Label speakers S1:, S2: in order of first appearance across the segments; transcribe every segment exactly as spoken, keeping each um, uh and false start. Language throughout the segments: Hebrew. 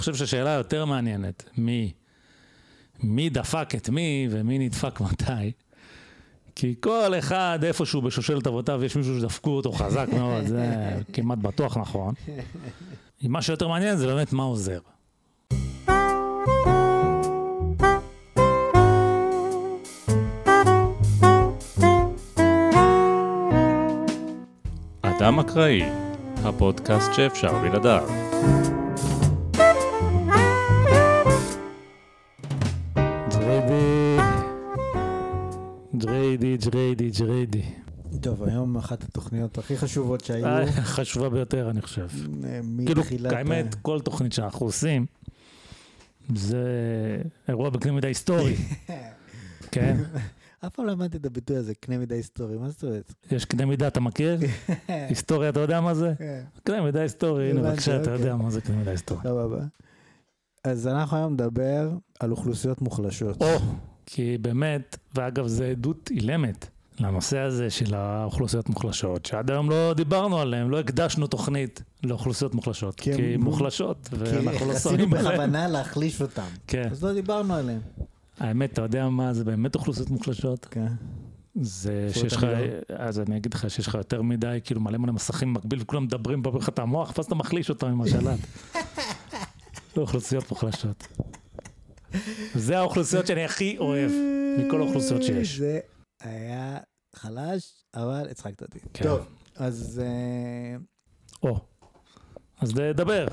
S1: חושב שהשאלה יותר מעניינת, מי, מי דפק את מי ומי נדפק מתי. כי כל אחד איפשהו בשושלת אבותיו יש מישהו שדפקו אותו חזק מאוד, זה כמעט בטוח נכון. מה שיותר מעניין זה באמת מה עוזר.
S2: אדם אקראי, הפודקאסט שאפשר בלעדיו.
S1: ג'ריידי, ג'ריידי, ג'ריידי.
S3: טוב, היום אחת התוכניות הכי חשובות שהיו.
S1: חשובה ביותר, אני חושב. כאילו, האמת, כל תוכנית שאנחנו עושים, זה אירוע בקנה מידה היסטורי. כן.
S3: אף פעם לא למדתי את הביטוי הזה, קנה מידה היסטורי, מה זאת אומרת?
S1: יש קנה מידה, אתה מכיר? היסטוריה, אתה יודע מה זה? קנה מידה היסטורי, הנה בבקשה, אתה יודע מה זה קנה מידה היסטורי.
S3: אז אנחנו היום נדבר על אוכלוסיות מוחלשות.
S1: או, כי באמת, ואגב, זה עדות אילמת לנושא הזה של האוכלוסיות מוחלשות, שעד היום לא דיברנו עליהם, לא הקדשנו תוכנית לאוכלוסיות מוחלשות, כי מוחלשות, ואנחנו לא שמים עליהם.
S3: רצינו בכוונה להחליש אותם, אז לא דיברנו עליהם.
S1: האמת, אתה יודע מה, זה באמת אוכלוסיות מוחלשות?
S3: כן.
S1: זה שיש לך, אז אני אגיד לך שיש לך יותר מדי, כאילו מלא מלא מסכים מקביל, וכולם מדברים פה בחת המוח, ואז אתה מחליש אותם עם השלט. זה אוכלוסיות מוחלשות. זה האוכלוסיות שאני הכי אוהב, מכל האוכלוסיות שיש.
S3: זה היה חלש, אבל הצחקת אותי. טוב, אז...
S1: או, אז דבר.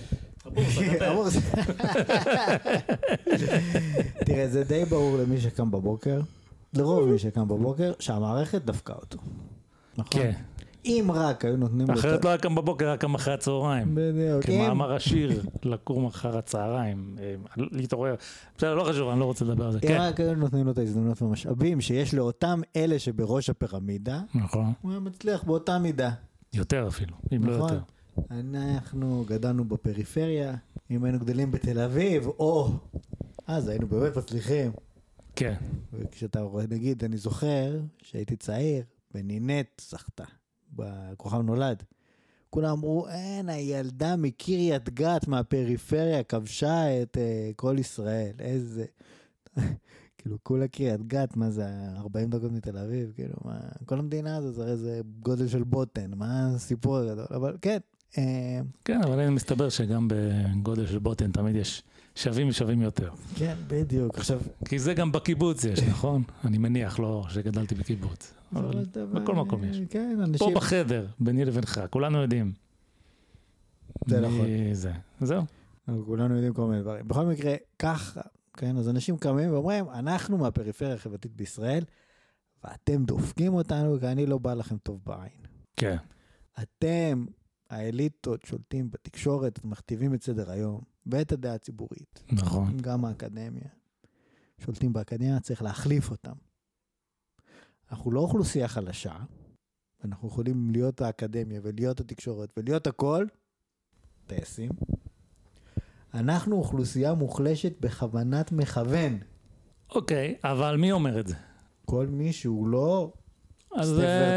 S3: תראה, זה די ברור למי שקם בבוקר, לרוב מי שקם בבוקר, שהמערכת דפקה אותו. נכון?
S1: כן.
S3: אם רק היו נותנים...
S1: אחרת לא היה קם בבוקר, היה קם אחרי הצהריים.
S3: בדיוק.
S1: כמאמר השיר, לקום אחר הצהריים, להתעורר. בסדר, לא חשוב, אני לא רוצה לדבר על זה.
S3: אם רק היו נותנים לו את ההזדמנות והמשאבים, שיש לאותם אלה שבראש הפירמידה,
S1: נכון.
S3: הוא היה מצליח באותה מידה.
S1: יותר אפילו, אם לא יותר.
S3: אנחנו גדלנו בפריפריה, אם היינו גדלים בתל אביב, או, אז היינו באמת מצליחים.
S1: כן.
S3: וכשאתה רואה, נגיד, אני זוכר שהייתי צעיר, ונינט זכתה, בכוכב נולד. כולם אמרו, אין, הילדה מקריית גת מהפריפריה כבשה את uh, כל ישראל. איזה... כאילו, כולה קריית גת, מה זה, ארבעים דקות מתל אביב, כאילו, מה... כל המדינה הזו, זה הרי זה גודל של בוטן, מה הסיפור הגדול? אבל כן.
S1: כן, אבל אני מסתבר שגם בגודל של בוטן תמיד יש שווים ושווים יותר.
S3: כן, בדיוק. עכשיו...
S1: כי זה גם בקיבוץ יש, נכון? אני מניח, לא שגדלתי בקיבוץ. אבל בכל מקום יש.
S3: כן, אנשים...
S1: פה בחדר, ביני לבינך, כולנו יודעים.
S3: זה נכון.
S1: זה, זהו.
S3: כולנו יודעים כל מיני דברים. בכל מקרה, ככה, כן, אז אנשים קמים ואומרים, אנחנו מהפריפריה החברתית בישראל, ואתם דופקים אותנו, כי אני לא בא לכם טוב בעין.
S1: כן.
S3: אתם... האליטות שולטים בתקשורת, מכתיבים את סדר היום, ואת הדעה הציבורית.
S1: נכון.
S3: גם האקדמיה. שולטים באקדמיה, צריך להחליף אותם. אנחנו לא אוכלוסייה חלשה, אנחנו יכולים להיות האקדמיה, ולהיות התקשורת, ולהיות הכל, טייסים. אנחנו אוכלוסייה מוחלשת בכוונת מכוון.
S1: אוקיי, אבל מי אומר את זה?
S3: כל מי שהוא לא...
S1: אז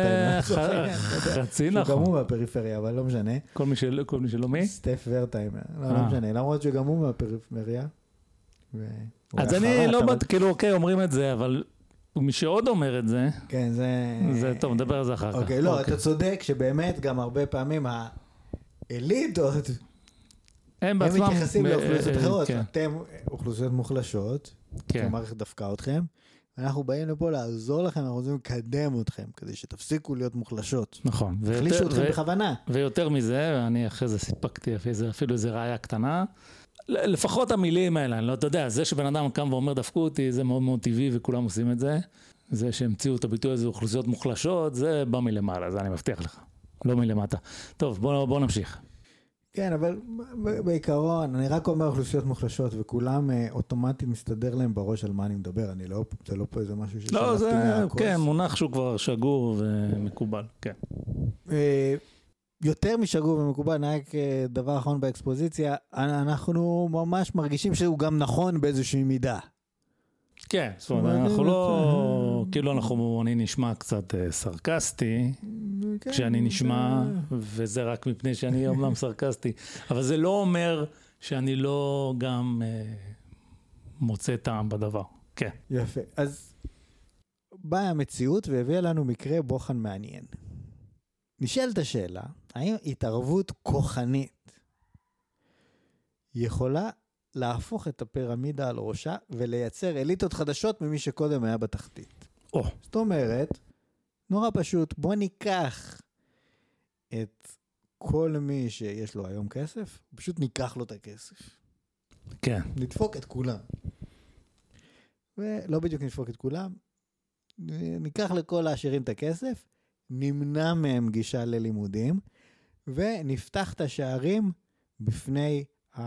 S1: חצי נכון.
S3: שהוא גם הוא מהפריפריה, אבל לא משנה.
S1: כל מי שלא מי?
S3: סטף ורטהיימר. לא משנה, למרות שגם הוא מהפריפריה.
S1: אז אני לא באת, כאילו, אוקיי, אומרים את זה, אבל מי שעוד אומר את זה,
S3: כן, זה...
S1: זה טוב, נדבר על זה אחר כך.
S3: אוקיי, לא, אתה צודק שבאמת גם הרבה פעמים האליטות, הם מתייחסים לאוכלוסיות אחרות. אתם אוכלוסיות מוחלשות, המערכת דפקה אתכם, אנחנו באים לפה לעזור לכם, אנחנו רוצים לקדם אתכם, כדי שתפסיקו להיות מוחלשות.
S1: נכון.
S3: תחלישו אתכם בכוונה.
S1: ויותר מזה, ואני אחרי זה סיפקתי אפילו איזו ראיה קטנה, לפחות המילים האלה, אני לא, אתה יודע, זה שבן אדם קם ואומר דפקו אותי, זה מאוד מאוד טבעי וכולם עושים את זה. זה שהמציאו את הביטוי הזה, אוכלוסיות מוחלשות, זה בא מלמעלה, זה אני מבטיח לך. לא מלמטה. טוב, בוא, בוא נמשיך.
S3: כן, אבל בעיקרון, אני רק אומר אוכלוסיות מוחלשות, וכולם אוטומטית מסתדר להם בראש על מה אני מדבר, אני לא, זה לא פה איזה משהו ששלפתי מהכוס.
S1: לא, זה, כן, מונח שהוא כבר שגור ומקובל, כן.
S3: יותר משגור ומקובל, רק דבר אחרון באקספוזיציה, אנחנו ממש מרגישים שהוא גם נכון באיזושהי מידה.
S1: כן, זאת אומרת, אנחנו לא, כאילו אנחנו, אני נשמע קצת סרקסטי, כשאני נשמע, וזה רק מפני שאני אומנם סרקסטי, אבל זה לא אומר שאני לא גם אה, מוצא טעם בדבר. כן.
S3: יפה. אז באה המציאות והביאה לנו מקרה בוחן מעניין. נשאלת השאלה, האם התערבות כוחנית יכולה להפוך את הפירמידה על ראשה ולייצר אליטות חדשות ממי שקודם היה בתחתית?
S1: או.
S3: זאת אומרת, נורא פשוט, בוא ניקח את כל מי שיש לו היום כסף, פשוט ניקח לו את הכסף.
S1: כן.
S3: נדפוק את כולם. ולא בדיוק נדפוק את כולם, ניקח לכל העשירים את הכסף, נמנע מהם גישה ללימודים, ונפתח את השערים בפני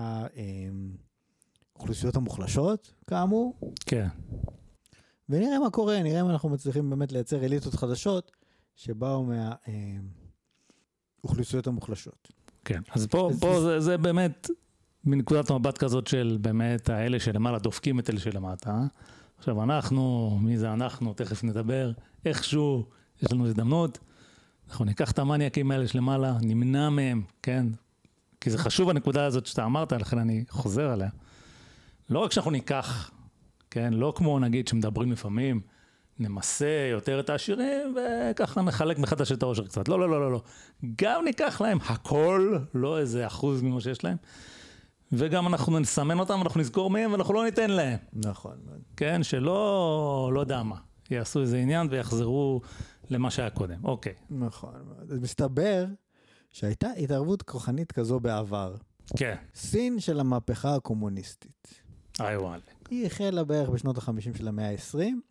S3: האוכלוסיות המוחלשות, כאמור.
S1: כן.
S3: ונראה מה קורה, נראה אם אנחנו מצליחים באמת לייצר אליטות חדשות, שבאו מהאוכלוסיות המוחלשות.
S1: כן, אז פה, אז פה זה, זה באמת מנקודת מבט כזאת של באמת האלה שלמעלה דופקים את אלה שלמטה. עכשיו אנחנו, מי זה אנחנו, תכף נדבר, איכשהו יש לנו הזדמנות, אנחנו ניקח את המניאקים האלה שלמעלה, נמנע מהם, כן? כי זה חשוב הנקודה הזאת שאתה אמרת, לכן אני חוזר עליה. לא רק שאנחנו ניקח, כן? לא כמו נגיד שמדברים לפעמים, נמסה יותר את העשירים, וככה נחלק מחדש את העושר קצת. לא, לא, לא, לא, לא. גם ניקח להם הכל, לא איזה אחוז ממה שיש להם, וגם אנחנו נסמן אותם, אנחנו נזכור מהם, ואנחנו לא ניתן להם.
S3: נכון.
S1: כן, שלא, לא יודע מה, יעשו איזה עניין ויחזרו למה שהיה קודם. אוקיי.
S3: נכון. אז מסתבר שהייתה התערבות כוחנית כזו בעבר.
S1: כן.
S3: סין של המהפכה הקומוניסטית.
S1: איי וואלה.
S3: היא החלה בערך בשנות ה-חמישים של המאה ה-עשרים,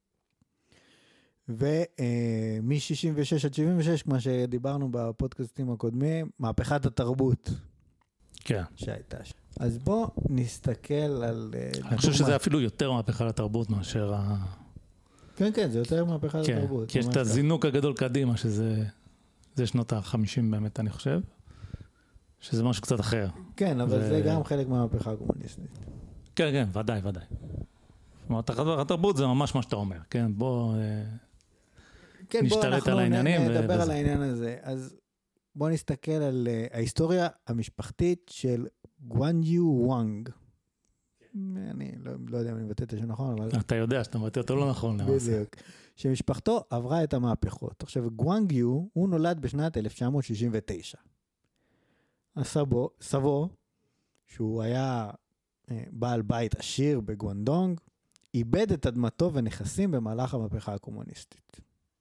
S3: ומ-שישים ושש עד שבעים ושש, כמו שדיברנו בפודקאסטים הקודמים, מהפכת התרבות.
S1: כן.
S3: שהייתה. אז בוא נסתכל על...
S1: אני חושב שזה אפילו יותר מהפכה לתרבות מאשר ה...
S3: כן, כן, זה יותר מהפכה לתרבות.
S1: כי יש את הזינוק הגדול קדימה, שזה זה שנות ה-חמישים באמת, אני חושב, שזה משהו קצת אחר.
S3: כן, אבל זה גם חלק מהמהפכה הקומוניסטית.
S1: כן, כן, ודאי, ודאי. מהפכה התרבות זה ממש מה שאתה אומר, כן? בוא נשתלט על העניינים.
S3: כן, בוא אנחנו נדבר על העניין הזה. אז בוא נסתכל על ההיסטוריה המשפחתית של גואנג'יו וואנג. אני לא יודע אם אני מבטא את השם נכון, אבל...
S1: אתה יודע שאתה מבטא אותו לא נכון.
S3: בדיוק. שמשפחתו עברה את המהפכות. עכשיו, גואנג'יו, הוא נולד בשנת אלף תשע מאות שישים ותשע. הסבו, סבו, שהוא היה בעל בית עשיר בגואנדונג, איבד את אדמתו ונכסים במהלך המהפכה הקומוניסטית.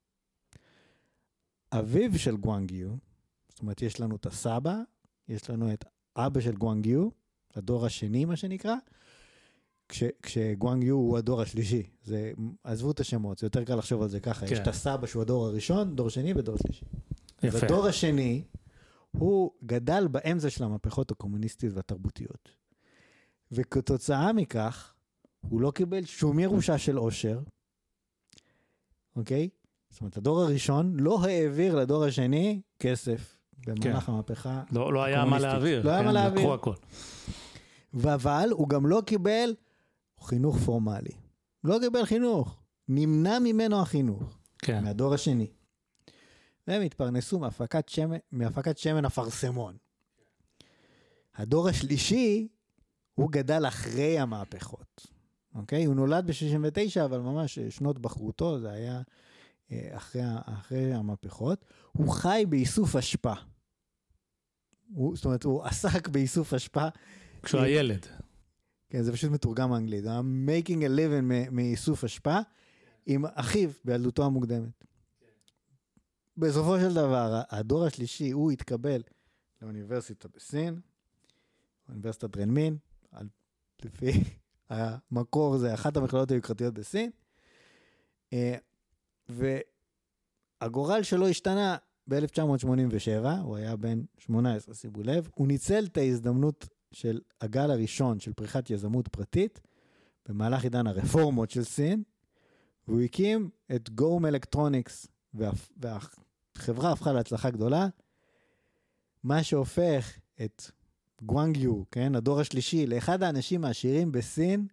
S3: אביו של גואנג'יו, זאת אומרת, יש לנו את הסבא, יש לנו את אבא של גואנג'יו, הדור השני, מה שנקרא, כש, כשגואנג'יו הוא הדור השלישי. זה, עזבו את השמות, זה יותר קל לחשוב על זה ככה. כן. יש את הסבא שהוא הדור הראשון, דור שני ודור שלישי. יפה. אז הדור השני, הוא גדל באמצע של המהפכות הקומוניסטיות והתרבותיות. וכתוצאה מכך, הוא לא קיבל שום ירושה של עושר, אוקיי? זאת אומרת, הדור הראשון לא העביר לדור השני כסף במהלך כן. המהפכה
S1: לא, לא היה מה להעביר.
S3: לא היה
S1: כן,
S3: מה להעביר.
S1: לקחו הכל.
S3: אבל הוא גם לא קיבל חינוך פורמלי. לא קיבל חינוך. נמנע ממנו החינוך.
S1: כן.
S3: מהדור השני. והם התפרנסו מהפקת שמן, מהפקת שמן אפרסמון. הדור השלישי, הוא גדל אחרי המהפכות. אוקיי? הוא נולד ב-שישים ותשע, אבל ממש שנות בחרותו, זה היה אחרי, אחרי המהפכות. הוא חי באיסוף אשפה. הוא, זאת אומרת, הוא עסק באיסוף אשפה.
S1: כשהוא הילד.
S3: כן, זה פשוט מתורגם מאנגלית. הוא making a living מאיסוף אשפה, עם אחיו בילדותו המוקדמת. בסופו של דבר, הדור השלישי, הוא התקבל לאוניברסיטה בסין, אוניברסיטת רנמין, על, לפי המקור זה אחת המכללות היוקרתיות בסין, והגורל שלו השתנה ב-אלף תשע מאות שמונים ושבע, הוא היה בן שמונה עשרה, שימו לב, הוא ניצל את ההזדמנות של הגל הראשון של פריחת יזמות פרטית, במהלך עידן הרפורמות של סין, והוא הקים את גום אלקטרוניקס, והחברה הפכה להצלחה גדולה, מה שהופך את גואנג'יו, כן, הדור השלישי, לאחד האנשים העשירים בסין,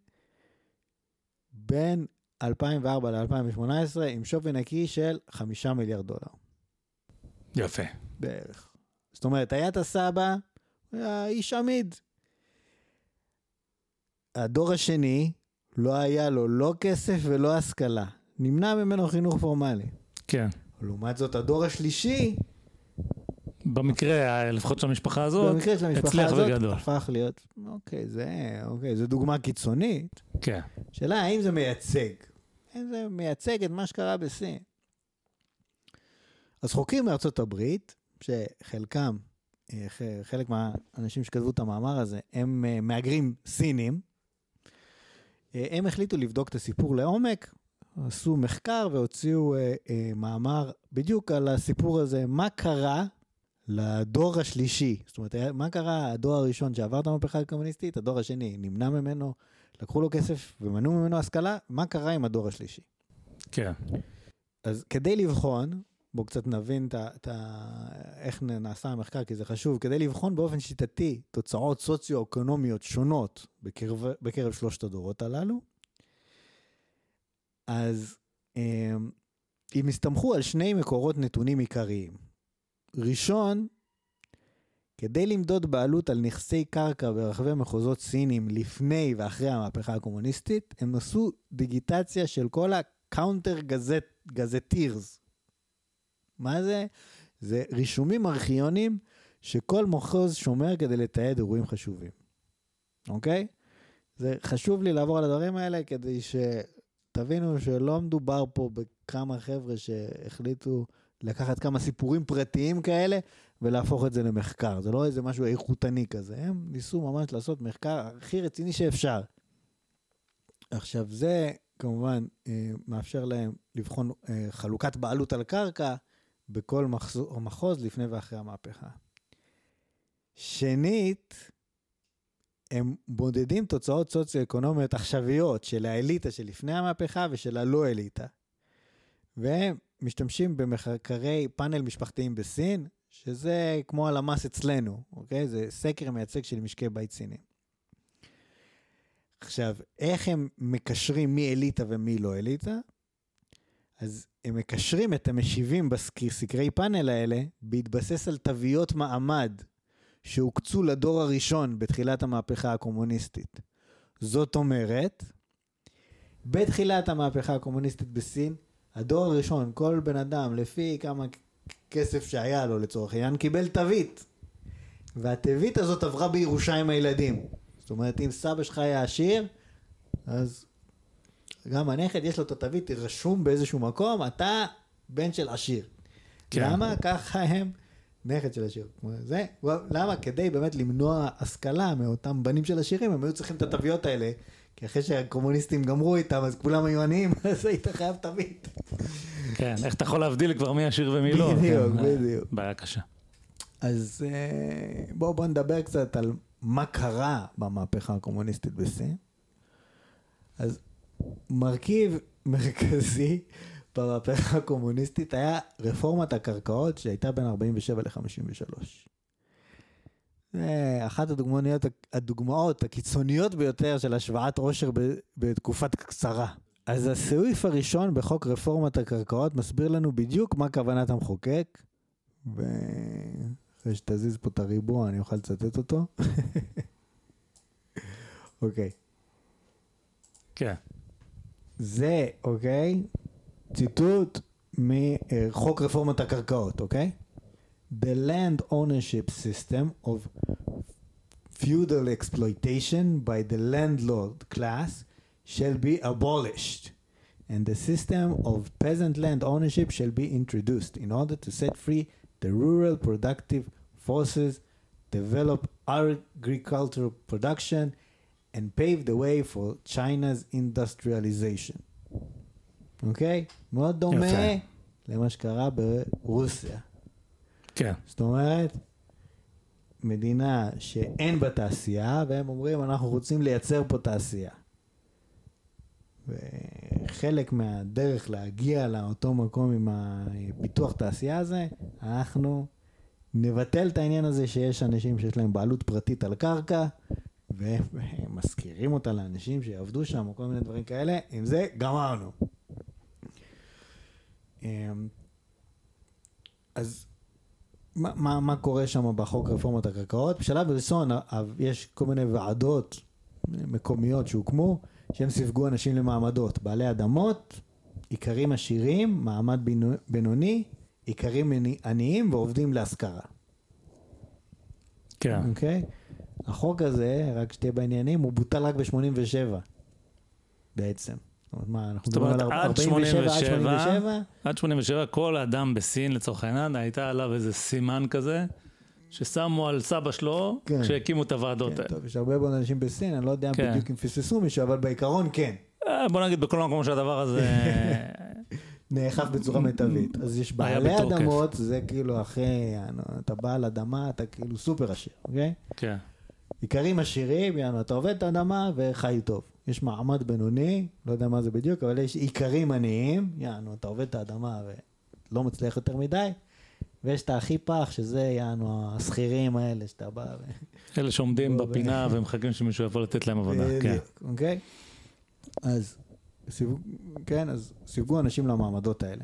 S3: בין אלפיים וארבע ל-אלפיים ושמונה עשרה, עם שווי נקי של חמישה מיליארד דולר.
S1: יפה.
S3: בערך. זאת אומרת, היה את הסבא, היה איש עמיד. הדור השני לא היה לו לא כסף ולא השכלה. נמנע ממנו חינוך פורמלי.
S1: כן.
S3: לעומת זאת, הדור השלישי,
S1: במקרה, לפחות של המשפחה הזאת,
S3: במקרה של המשפחה
S1: הצליח
S3: הזאת,
S1: בגדול.
S3: הפך להיות, אוקיי, זה, אוקיי, זה דוגמה קיצונית.
S1: כן.
S3: שאלה, האם זה מייצג? האם זה מייצג את מה שקרה בסין? אז חוקרים מארצות הברית, שחלקם, חלק מהאנשים שכתבו את המאמר הזה, הם מאגרים סינים, הם החליטו לבדוק את הסיפור לעומק, עשו מחקר והוציאו אה, אה, מאמר בדיוק על הסיפור הזה, מה קרה לדור השלישי, זאת אומרת, מה קרה הדור הראשון שעבר את המהפכה הקומוניסטית, הדור השני נמנע ממנו, לקחו לו כסף ומנעו ממנו השכלה, מה קרה עם הדור השלישי?
S1: כן.
S3: אז כדי לבחון, בואו קצת נבין ת, ת, איך נעשה המחקר, כי זה חשוב, כדי לבחון באופן שיטתי תוצאות סוציו-אקונומיות שונות בקרב, בקרב שלושת הדורות הללו, אז הם הסתמכו על שני מקורות נתונים עיקריים. ראשון, כדי למדוד בעלות על נכסי קרקע ברחבי מחוזות סינים לפני ואחרי המהפכה הקומוניסטית, הם עשו דיגיטציה של כל הקאונטר גזטירס. מה זה? זה רישומים ארכיוניים שכל מחוז שומר כדי לתעד אירועים חשובים. אוקיי? זה חשוב לי לעבור על הדברים האלה כדי שתבינו שלא מדובר פה בכמה חבר'ה שהחליטו לקחת כמה סיפורים פרטיים כאלה ולהפוך את זה למחקר. זה לא איזה משהו איכותני כזה. הם ניסו ממש לעשות מחקר הכי רציני שאפשר. עכשיו זה כמובן מאפשר להם לבחון חלוקת בעלות על קרקע בכל מחוז לפני ואחרי המהפכה. שנית, הם בודדים תוצאות סוציו-אקונומיות עכשוויות של האליטה שלפני המהפכה ושל הלא אליטה. והם משתמשים במחקרי פאנל משפחתיים בסין, שזה כמו הלמ"ס אצלנו, אוקיי? זה סקר מייצג של משקי בית סינים. עכשיו, איך הם מקשרים מי אליטה ומי לא אליטה? אז הם מקשרים את המשיבים בסקרי פאנל האלה, בהתבסס על תוויות מעמד שהוקצו לדור הראשון בתחילת המהפכה הקומוניסטית. זאת אומרת, בתחילת המהפכה הקומוניסטית בסין, הדור הראשון, כל בן אדם, לפי כמה כסף שהיה לו לצורך העניין, קיבל תווית. והתווית הזאת עברה בירושה עם הילדים. זאת אומרת, אם סבא שלך היה עשיר, אז גם הנכד יש לו את התווית, רשום באיזשהו מקום, אתה בן של עשיר. כן. למה? ככה הם נכד של עשיר. זה, למה? כדי באמת למנוע השכלה מאותם בנים של עשירים, הם היו צריכים את התוויות האלה, כי אחרי שהקומוניסטים גמרו איתם, אז כולם היו עניים, אז היית חייב תווית.
S1: כן, איך אתה יכול להבדיל כבר מי עשיר ומי לא?
S3: בדיוק, בדיוק.
S1: בעיה קשה.
S3: אז בואו בוא נדבר קצת על מה קרה במהפכה הקומוניסטית בסין. אז מרכיב מרכזי במהפכה הקומוניסטית היה רפורמת הקרקעות שהייתה בין ארבעים ושבע ל-חמישים ושלוש. זה אחת הדוגמאות, הדוגמאות הקיצוניות ביותר של השוואת עושר בתקופת קצרה. אז הסעיף הראשון בחוק רפורמת הקרקעות מסביר לנו בדיוק מה כוונת המחוקק, ואחרי שתזיז פה את הריבוע אני אוכל לצטט אותו. אוקיי.
S1: כן.
S3: זה, אוקיי, ציטוט מחוק רפורמת הקרקעות, אוקיי? The land ownership system of feudal exploitation by the landlord class shall be abolished, and the system of peasant land ownership shall be introduced in order to set free the rural productive forces, develop agricultural production, and pave the way for China's industrialization. אוקיי? מאוד דומה למה שקרה ברוסיה.
S1: כן.
S3: זאת אומרת, מדינה שאין בה תעשייה, והם אומרים, אנחנו רוצים לייצר פה תעשייה. וחלק מהדרך להגיע לאותו מקום עם הפיתוח תעשייה הזה, אנחנו נבטל את העניין הזה שיש אנשים שיש להם בעלות פרטית על קרקע, והם מזכירים אותה לאנשים שיעבדו שם, או כל מיני דברים כאלה, עם זה גמרנו. אז מה, מה, מה קורה שם בחוק רפורמת הקרקעות? בשלב ראשון יש כל מיני ועדות מקומיות שהוקמו, שהם סיווגו אנשים למעמדות, בעלי אדמות, עיקרים עשירים, מעמד בינוני, עיקרים עניים ועובדים להשכרה.
S1: כן.
S3: אוקיי? החוק הזה, רק שתהיה בעניינים, הוא בוטל רק ב-שמונים ושבע, בעצם. זאת אומרת, מה, אנחנו מדברים על
S1: עד
S3: ארבעים ושבע, עד שמונים ושבע?
S1: עד שמונים ושבע, כל אדם בסין, לצורך העניין, הייתה עליו איזה סימן כזה, ששמו על סבא שלו,
S3: כן.
S1: כשהקימו את הוועדות
S3: כן,
S1: האלה.
S3: טוב, יש הרבה מאוד אנשים בסין, אני לא יודע
S1: כן.
S3: בדיוק אם פספסו מישהו, אבל בעיקרון כן.
S1: בוא נגיד בכל מקום שהדבר הזה...
S3: נאכף בצורה מיטבית. אז יש בעלי
S1: בתוקף.
S3: אדמות, זה כאילו אחרי, יענו, אתה בעל אדמה, אתה כאילו סופר עשיר, אוקיי?
S1: כן.
S3: עיקרים עשירים, יענו, אתה עובד את האדמה וחי טוב. יש מעמד בינוני, לא יודע מה זה בדיוק, אבל יש עיקרים עניים, יענו, אתה עובד את האדמה ולא מצליח יותר מדי, ויש את הכי פח, שזה יענו, השכירים האלה, שאתה בא ו...
S1: אלה שעומדים בפינה ומחכים שמישהו יבוא לתת להם עבודה. כן.
S3: אוקיי? אז סיווג, כן, אז סיווגו אנשים למעמדות האלה.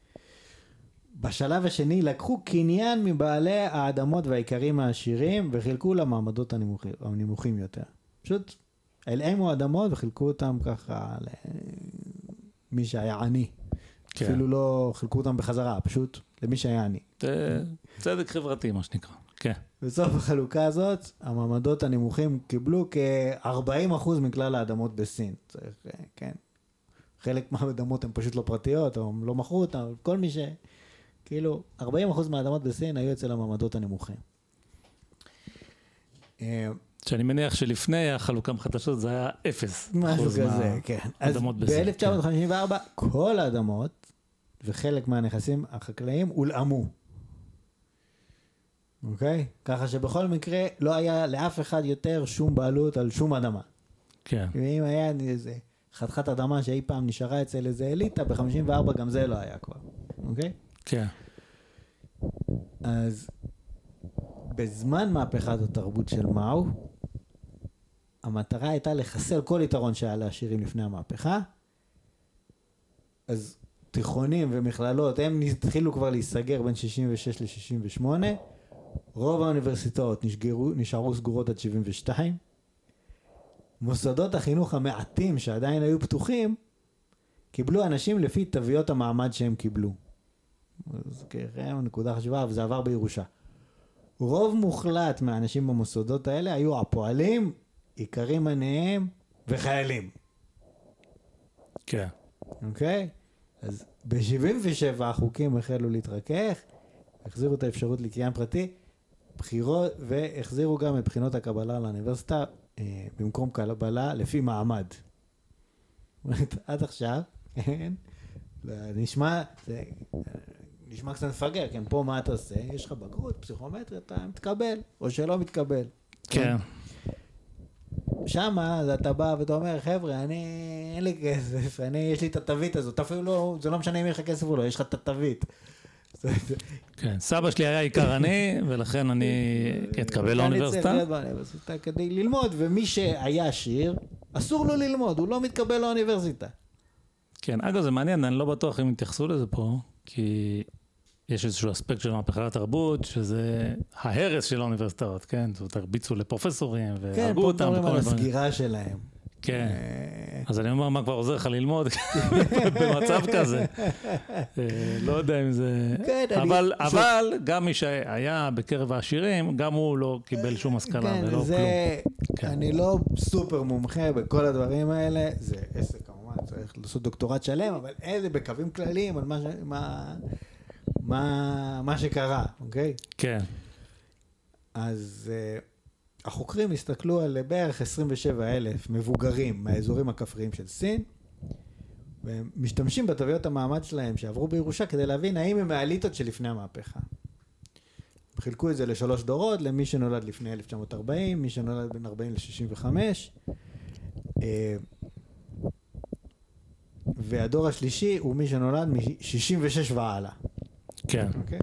S3: בשלב השני לקחו קניין מבעלי האדמות והעיקרים העשירים וחילקו למעמדות הנמוכים, הנמוכים יותר. פשוט הלאימו אדמות וחילקו אותם ככה למי שהיה עני.
S1: כן.
S3: אפילו לא חילקו אותם בחזרה, פשוט למי שהיה עני.
S1: צדק חברתי, מה שנקרא. כן.
S3: בסוף החלוקה הזאת, המעמדות הנמוכים קיבלו כ-ארבעים אחוז מכלל האדמות בסין. צריך, כן. חלק מהאדמות הן פשוט לא פרטיות, או לא מכרו אותן, אבל כל מי ש... כאילו, ארבעים אחוז מהאדמות בסין היו אצל המעמדות הנמוכים.
S1: שאני מניח שלפני החלוקה מחדשות זה היה אפס.
S3: משהו כזה, כן. אז ב-אלף תשע מאות חמישים וארבע כל האדמות וחלק מהנכסים החקלאיים הולאמו. אוקיי? ככה שבכל מקרה לא היה לאף אחד יותר שום בעלות על שום אדמה.
S1: כן.
S3: ואם היה איזה חתיכת אדמה שאי פעם נשארה אצל איזה אליטה, ב-חמישים וארבע גם זה לא היה כבר. אוקיי?
S1: כן.
S3: אז בזמן מהפכת התרבות של מאו, המטרה הייתה לחסל כל יתרון שהיה לעשירים לפני המהפכה. אז תיכונים ומכללות, הם התחילו כבר להיסגר בין שישים ושש ל-שישים ושמונה. רוב האוניברסיטאות נשגרו, נשארו סגורות עד שבעים ושתיים. מוסדות החינוך המעטים שעדיין היו פתוחים, קיבלו אנשים לפי תוויות המעמד שהם קיבלו. אז כרם, נקודה חשובה, וזה עבר בירושה. רוב מוחלט מהאנשים במוסדות האלה היו הפועלים, עיקרים עניים וחיילים.
S1: כן.
S3: אוקיי? אז ב-שבעים ושבע החוקים החלו להתרכך, החזירו את האפשרות לקניין פרטי, בחירות, והחזירו גם את בחינות הקבלה לאוניברסיטה, אה, במקום קבלה לפי מעמד. עד עכשיו, כן? נשמע, זה, נשמע קצת מפגר, כן? פה מה אתה עושה? יש לך בגרות, פסיכומטרי, אתה מתקבל, או שלא מתקבל.
S1: כן.
S3: שמה, אתה בא ואתה אומר, חבר'ה, אני, אין לי כסף, אני, יש לי את התווית הזאת, אפילו לא, זה לא משנה אם יש לך כסף או לא, יש לך את התווית.
S1: כן, סבא שלי היה עיקר עני, ולכן אני אתקבל לאוניברסיטה.
S3: אני צריך להיות באוניברסיטה כדי ללמוד, ומי שהיה עשיר, אסור לו ללמוד, הוא לא מתקבל לאוניברסיטה.
S1: כן, אגב, זה מעניין, אני לא בטוח אם יתייחסו לזה פה, כי יש איזשהו אספקט של מהפכת התרבות, שזה ההרס של האוניברסיטאות, כן? זאת אומרת, הרביצו לפרופסורים, והרגו אותם.
S3: כן, פה מדברים על הסגירה שלהם.
S1: כן, אז אני אומר, מה כבר עוזר לך ללמוד במצב כזה? לא יודע אם זה... אבל גם מי שהיה בקרב העשירים, גם הוא לא קיבל שום השכלה ולא כלום.
S3: אני לא סופר מומחה בכל הדברים האלה, זה עסק כמובן, צריך לעשות דוקטורט שלם, אבל אלה בקווים כלליים על מה שקרה, אוקיי?
S1: כן.
S3: אז... החוקרים הסתכלו על בערך עשרים ושבעה אלף מבוגרים מהאזורים הכפריים של סין, והם משתמשים בתוויות המעמד שלהם שעברו בירושה כדי להבין האם הם מהאליטות שלפני המהפכה. חילקו את זה לשלוש דורות, למי שנולד לפני אלף תשע מאות ארבעים, מי שנולד בין ארבעים ל-שישים וחמש, והדור השלישי הוא מי שנולד מ-שישים ושש והלאה.
S1: כן.
S3: אוקיי?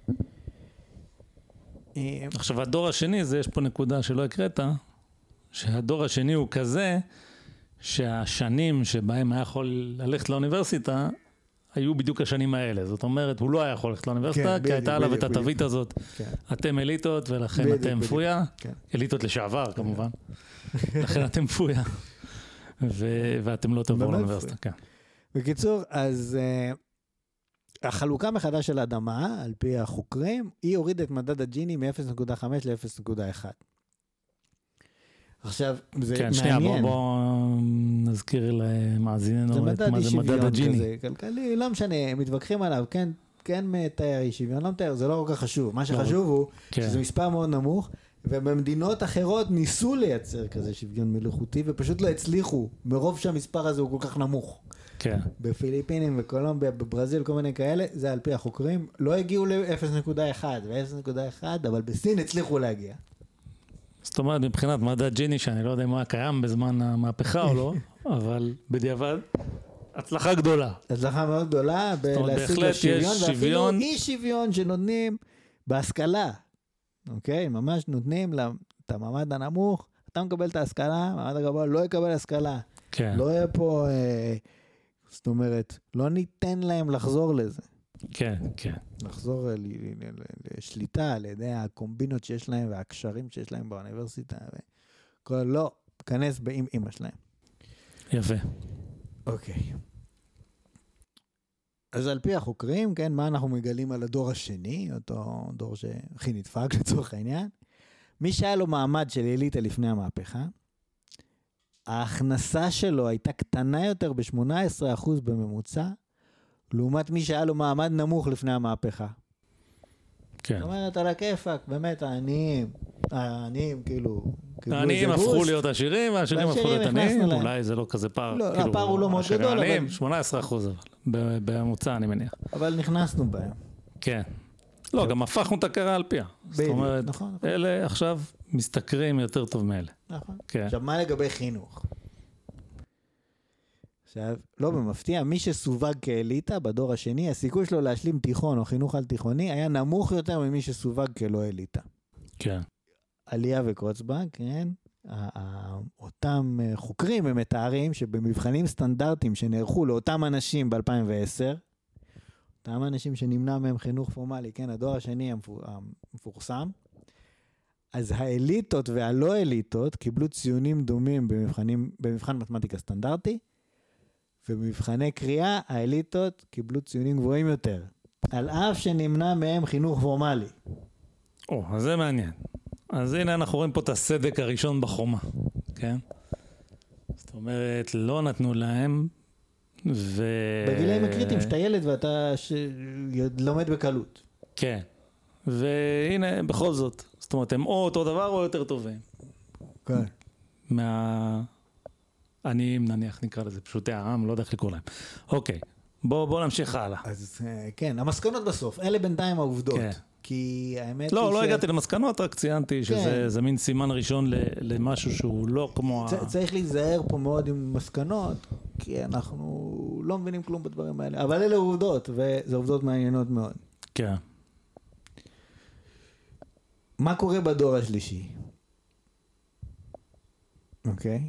S1: עכשיו, הדור השני, זה יש פה נקודה שלא הקראת, שהדור השני הוא כזה, שהשנים שבהם היה יכול ללכת לאוניברסיטה, היו בדיוק השנים האלה. זאת אומרת, הוא לא היה יכול ללכת לאוניברסיטה, כי הייתה עליו את התווית הזאת. אתם אליטות, ולכן אתם פויה. אליטות לשעבר, כמובן. לכן אתם פויה. ואתם לא תבואו לאוניברסיטה.
S3: בקיצור, אז החלוקה מחדש של האדמה, על פי החוקרים, היא הורידה את מדד הג'יני מ-אפס נקודה חמש ל-אפס נקודה אחת. עכשיו, זה
S1: כן,
S3: מעניין.
S1: שנייה, בוא, בוא נזכיר למאזיננו את מה זה מדד הג'יני.
S3: כזה, כלכלי, לא משנה, מתווכחים עליו, כן, כן מתאר אי שוויון, לא מתאר, זה לא כל כך חשוב. מה שחשוב הוא כן. שזה מספר מאוד נמוך, ובמדינות אחרות ניסו לייצר כזה שוויון מלאכותי, ופשוט לא הצליחו, מרוב שהמספר הזה הוא כל כך נמוך.
S1: כן.
S3: בפיליפינים וקולומביה, בברזיל, כל מיני כאלה, זה על פי החוקרים, לא הגיעו ל-אפס נקודה אחת ו-אפס נקודה אחת, אבל בסין הצליחו להגיע.
S1: זאת אומרת, מבחינת מדד ג'יני, שאני לא יודע אם הוא היה קיים בזמן המהפכה או לא, אבל בדיעבד, הצלחה גדולה.
S3: הצלחה מאוד גדולה, בלהשיג לשוויון, ואפילו אי שוויון שנותנים בהשכלה. אוקיי? ממש נותנים את המעמד הנמוך, אתה מקבל את ההשכלה, המעמד הגבוה לא יקבל השכלה.
S1: כן.
S3: לא יהיה פה, אה, זאת אומרת, לא ניתן להם לחזור לזה.
S1: כן, כן.
S3: לחזור לשליטה על ידי הקומבינות שיש להם והקשרים שיש להם באוניברסיטה. וכל, לא, כנס באם אמא שלהם.
S1: יפה.
S3: אוקיי. אז על פי החוקרים, כן, מה אנחנו מגלים על הדור השני, אותו דור שהכי נדפק לצורך העניין, מי שהיה לו מעמד של אליטה לפני המהפכה, ההכנסה שלו הייתה קטנה יותר ב-שמונה עשרה אחוז בממוצע, לעומת מי שהיה לו מעמד נמוך לפני המהפכה.
S1: כן.
S3: זאת אומרת, על הכיפק, באמת, העניים, העניים כאילו...
S1: העניים הפכו להיות עשירים, והעשירים הפכו להיות עניים, אולי זה לא כזה פער.
S3: לא, הפער הוא לא מאוד גדול, אבל...
S1: שמונה עשרה אחוז, אבל, בממוצע אני מניח.
S3: אבל נכנסנו בהם.
S1: כן. לא, גם הפכנו את הקרה על פיה. זאת אומרת, אלה עכשיו משתכרים יותר טוב מאלה.
S3: נכון. עכשיו, מה לגבי חינוך? עכשיו, לא במפתיע, מי שסווג כאליטה בדור השני, הסיכוי שלו להשלים תיכון או חינוך על תיכוני היה נמוך יותר ממי שסווג כלא אליטה.
S1: כן.
S3: עלייה וקוצבה, כן? אותם חוקרים הם מתארים שבמבחנים סטנדרטיים שנערכו לאותם אנשים ב-אלפיים ועשר, אותם אנשים שנמנע מהם חינוך פורמלי, כן? הדור השני המפורסם, אז האליטות והלא אליטות קיבלו ציונים דומים במבחנים, במבחן מתמטיקה סטנדרטי, ובמבחני קריאה האליטות קיבלו ציונים גבוהים יותר, על אף שנמנע מהם חינוך פורמלי.
S1: או, אז זה מעניין. אז הנה אנחנו רואים פה את הסדק הראשון בחומה, כן? זאת אומרת, לא נתנו להם, ו...
S3: בגילאים הקריטיים, שאתה ילד ואתה ש... לומד בקלות.
S1: כן. והנה, בכל זאת, זאת אומרת, הם או אותו דבר או יותר טובים.
S3: כן.
S1: מה... עניים נניח נקרא לזה, פשוטי העם, לא יודע איך לקרוא להם. אוקיי, בוא, בוא נמשיך הלאה.
S3: אז כן, המסקנות בסוף, אלה בינתיים העובדות. כן. כי האמת
S1: לא,
S3: היא
S1: לא
S3: ש...
S1: הגעתי למסקנות, רק ציינתי שזה זה מין סימן ראשון למשהו שהוא לא כמו...
S3: צ- צריך להיזהר פה מאוד עם מסקנות, כי אנחנו לא מבינים כלום בדברים האלה, אבל אלה עובדות, וזה עובדות מעניינות מאוד.
S1: כן.
S3: מה קורה בדור השלישי? אוקיי?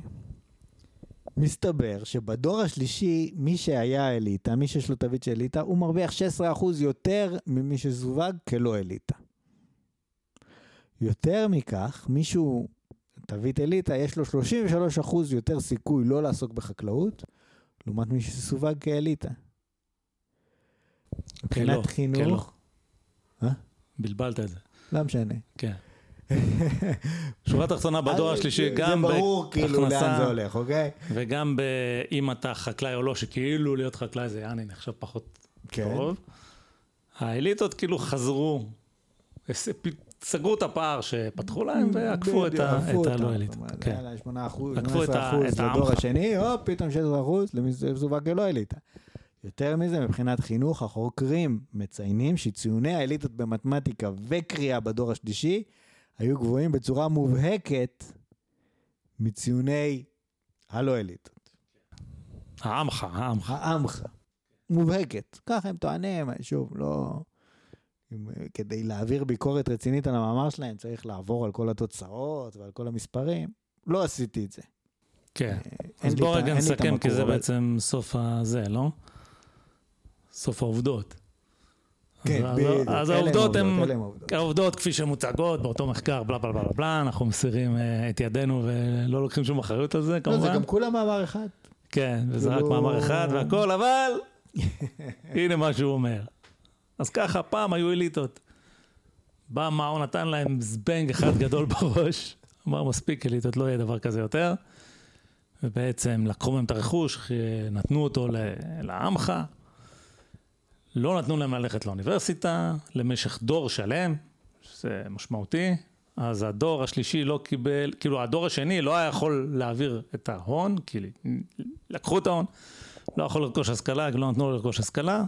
S3: מסתבר שבדור השלישי, מי שהיה אליטה, מי שיש לו תווית של אליטה, הוא מרוויח שש עשרה אחוז יותר ממי שסווג כלא אליטה. יותר מכך, מישהו, תווית אליטה, יש לו שלושים ושלושה אחוז יותר סיכוי לא לעסוק בחקלאות, לעומת מי שסווג כאליטה. מבחינת חינוך...
S1: אה? בלבלת את זה.
S3: לא משנה.
S1: כן. שורה תחתונה בדור השלישי, גם
S3: זה ברור כאילו לאן זה הולך, אוקיי?
S1: וגם אם אתה חקלאי או לא, שכאילו להיות חקלאי זה יעני נחשב פחות טוב. האליטות כאילו חזרו, סגרו את הפער שפתחו להם ועקפו את הלא אליטות.
S3: שמונה עשרה אחוז לדור השני, או פתאום שש עשרה אחוז למי שסווג כלא אליטה. יותר מזה, מבחינת חינוך, החוקרים מציינים שציוני האליטות במתמטיקה וקריאה בדור השלישי היו גבוהים בצורה מובהקת מציוני הלא אליטות.
S1: העמך, העמך.
S3: העמך. מובהקת. ככה הם טוענים, שוב, לא... כדי להעביר ביקורת רצינית על המאמר שלהם, צריך לעבור על כל התוצאות ועל כל המספרים. לא עשיתי את זה.
S1: כן. אז בואו רגע נסכם, כי זה בעצם סוף הזה, לא? סוף העובדות.
S3: כן,
S1: אז,
S3: בדיוק.
S1: אז
S3: אלה
S1: העובדות הן,
S3: אלה העובדות.
S1: העובדות כפי שמוצגות באותו מחקר, בלה בלה בלה בלה, אנחנו מסירים אה, את ידינו ולא לוקחים שום אחריות על זה,
S3: לא,
S1: כמובן.
S3: זה גם כולה מאמר אחד.
S1: כן, וזה רק
S3: כאילו-
S1: מאמר אחד והכל, אבל הנה מה שהוא אומר. אז ככה, פעם היו אליטות. בא מאו נתן להם זבנג אחד גדול בראש, אמר מספיק אליטות, לא יהיה דבר כזה יותר. ובעצם לקחו מהם את הרכוש, נתנו אותו ל- לעמך, לא נתנו להם ללכת לאוניברסיטה, למשך דור שלם, שזה משמעותי. אז הדור השלישי לא קיבל, כאילו הדור השני לא היה יכול להעביר את ההון, כי לקחו את ההון, לא יכול לרכוש השכלה, לא נתנו לו לרכוש השכלה.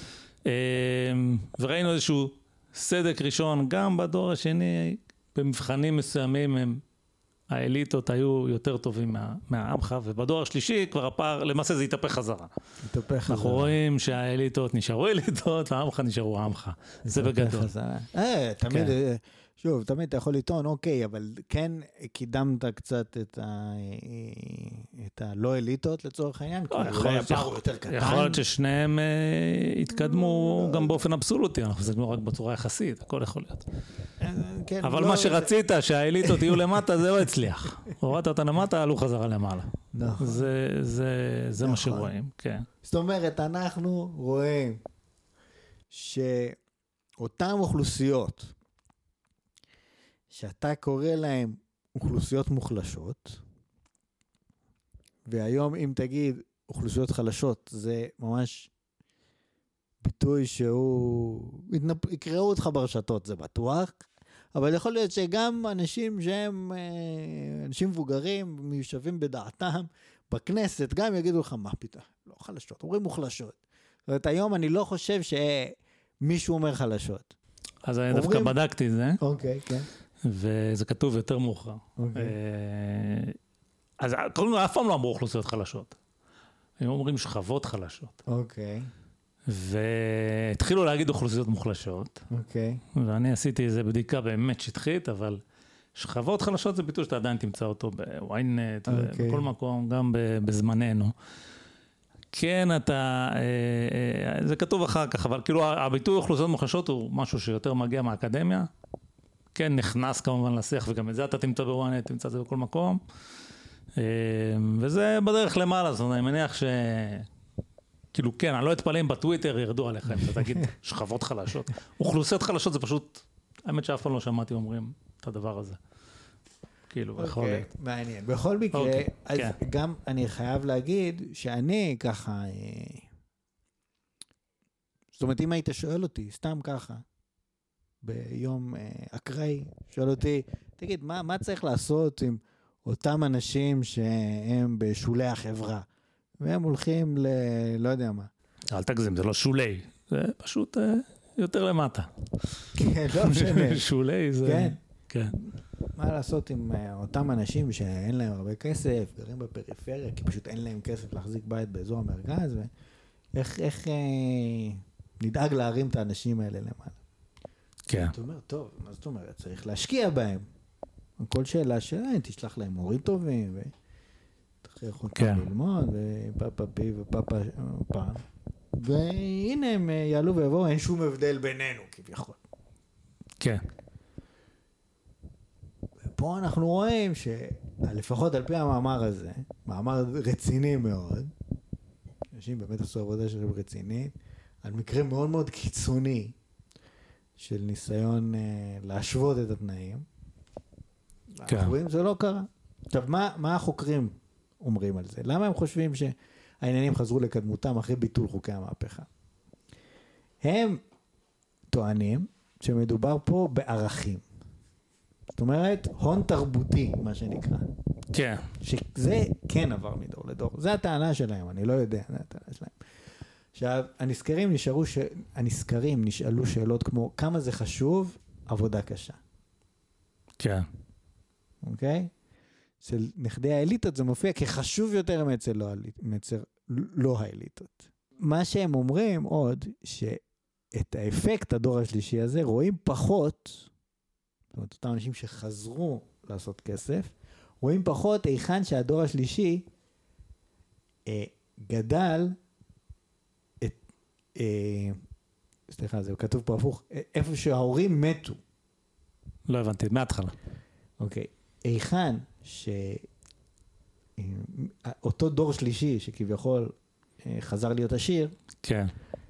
S1: וראינו איזשהו סדק ראשון, גם בדור השני, במבחנים מסוימים הם, האליטות היו יותר טובים מה, מהעמך, ובדור השלישי כבר הפער, למעשה זה התהפך חזרה.
S3: התהפך חזרה.
S1: אנחנו רואים שהאליטות נשארו אליטות, והעמך נשארו העמך. זה בגדול.
S3: אה, תמיד,
S1: כן.
S3: אה, שוב, תמיד אתה יכול לטעון, אוקיי, אבל כן קידמת קצת את ה... את הלא אליטות לצורך העניין, כי
S1: יכול
S3: אולי
S1: להיות-
S3: הפער הוא יותר קטן.
S1: יכול להיות ששניהם אה, התקדמו גם באופן אבסולוטי, אנחנו מסתכלים רק בצורה יחסית, הכל יכול להיות.
S3: אה, כן,
S1: אבל
S3: לא-
S1: מה שרצית, שהאליטות יהיו למטה, זה לא הצליח. הורדת אותה למטה, עלו חזרה למעלה.
S3: נכון.
S1: זה- זה זה מה
S3: נכון.
S1: שרואים, כן.
S3: זאת אומרת, אנחנו רואים שאותן אוכלוסיות, שאתה קורא להן אוכלוסיות מוחלשות, והיום אם תגיד אוכלוסיות חלשות, זה ממש ביטוי שהוא, יתנפ- יקראו אותך ברשתות, זה בטוח, אבל יכול להיות שגם אנשים שהם אה, אנשים מבוגרים, מיושבים בדעתם, בכנסת, גם יגידו לך, מה פתאום? לא חלשות, אומרים מוחלשות. זאת אומרת, היום אני לא חושב שמישהו אומר חלשות.
S1: אז אני
S3: אומרים-
S1: דווקא בדקתי את זה,
S3: אוקיי, כן.
S1: וזה כתוב יותר מאוחר.
S3: אוקיי.
S1: אה, אז קודם כל, אף פעם לא אמרו אוכלוסיות חלשות. הם אומרים שכבות חלשות.
S3: אוקיי,
S1: והתחילו להגיד אוכלוסיות מוחלשות,
S3: אוקיי.
S1: ואני עשיתי איזו בדיקה באמת שטחית, אבל שכבות חלשות זה ביטוי שאתה עדיין תמצא אותו בוויינט,
S3: אוקיי.
S1: ובכל מקום, גם ב- בזמננו. כן, אתה, אה, אה, זה כתוב אחר כך, אבל כאילו הביטוי אוכלוסיות מוחלשות הוא משהו שיותר מגיע מהאקדמיה. כן, נכנס כמובן לשיח, וגם את זה אתה תמצא בוויינט, תמצא את זה בכל מקום. אה, וזה בדרך למעלה, זאת אומרת, אני מניח ש... כאילו, כן, אני לא אתפלא אם בטוויטר ירדו עליך, אם אתה תגיד שכבות חלשות. אוכלוסיות חלשות זה פשוט, האמת שאף פעם לא שמעתי אומרים את הדבר הזה. כאילו, יכול
S3: אוקיי,
S1: להיות.
S3: מעניין. בכל מקרה,
S1: אוקיי,
S3: אז
S1: כן.
S3: גם אני חייב להגיד שאני ככה, אה, זאת אומרת, אם היית שואל אותי, סתם ככה, ביום אה, אקראי, שואל אותי, תגיד, מה, מה צריך לעשות עם אותם אנשים שהם בשולי החברה, והם הולכים ל... לא יודע מה.
S1: אל תגזים, זה לא שולי, זה פשוט אה, יותר למטה.
S3: כן, לא משנה.
S1: שולי זה...
S3: כן.
S1: כן.
S3: מה לעשות עם uh, אותם אנשים שאין להם הרבה כסף, גרים בפריפריה, כי פשוט אין להם כסף להחזיק בית באזור המרכז, ואיך איך, uh, נדאג להרים את האנשים האלה למעלה.
S1: כן.
S3: אתה אומר, טוב, מה זאת אומרת? צריך להשקיע בהם. כל שאלה שלהם, תשלח להם מורים טובים, ותכריח אותם
S1: כן.
S3: ללמוד, ופאפה פי ופאפה פעם. והנה הם uh, יעלו ויבואו, אין שום הבדל בינינו, כביכול.
S1: כן.
S3: פה אנחנו רואים שלפחות על פי המאמר הזה, מאמר רציני מאוד, אנשים באמת עשו עבודה שלהם רצינית, על מקרה מאוד מאוד קיצוני של ניסיון אה, להשוות את התנאים.
S1: כן.
S3: אנחנו רואים שזה לא קרה. עכשיו, מה, מה החוקרים אומרים על זה? למה הם חושבים שהעניינים חזרו לקדמותם אחרי ביטול חוקי המהפכה? הם טוענים שמדובר פה בערכים. זאת אומרת, הון תרבותי, מה שנקרא.
S1: כן.
S3: שזה כן עבר מדור לדור. זה הטענה שלהם, אני לא יודע, זה הטענה שלהם. עכשיו, הנזכרים נשארו, ש... הנזכרים נשאלו שאלות כמו, כמה זה חשוב? עבודה קשה.
S1: כן.
S3: אוקיי? של נכדי האליטות זה מופיע כחשוב יותר מאצל לא, מאצל לא האליטות. מה שהם אומרים עוד, שאת האפקט הדור השלישי הזה רואים פחות, זאת אומרת, אותם אנשים שחזרו לעשות כסף, רואים פחות היכן שהדור השלישי אה, גדל את, אה, סליחה, זה כתוב פה הפוך, איפה שההורים מתו.
S1: לא הבנתי, מההתחלה.
S3: אוקיי, היכן שאותו דור שלישי שכביכול חזר להיות עשיר,
S1: כן.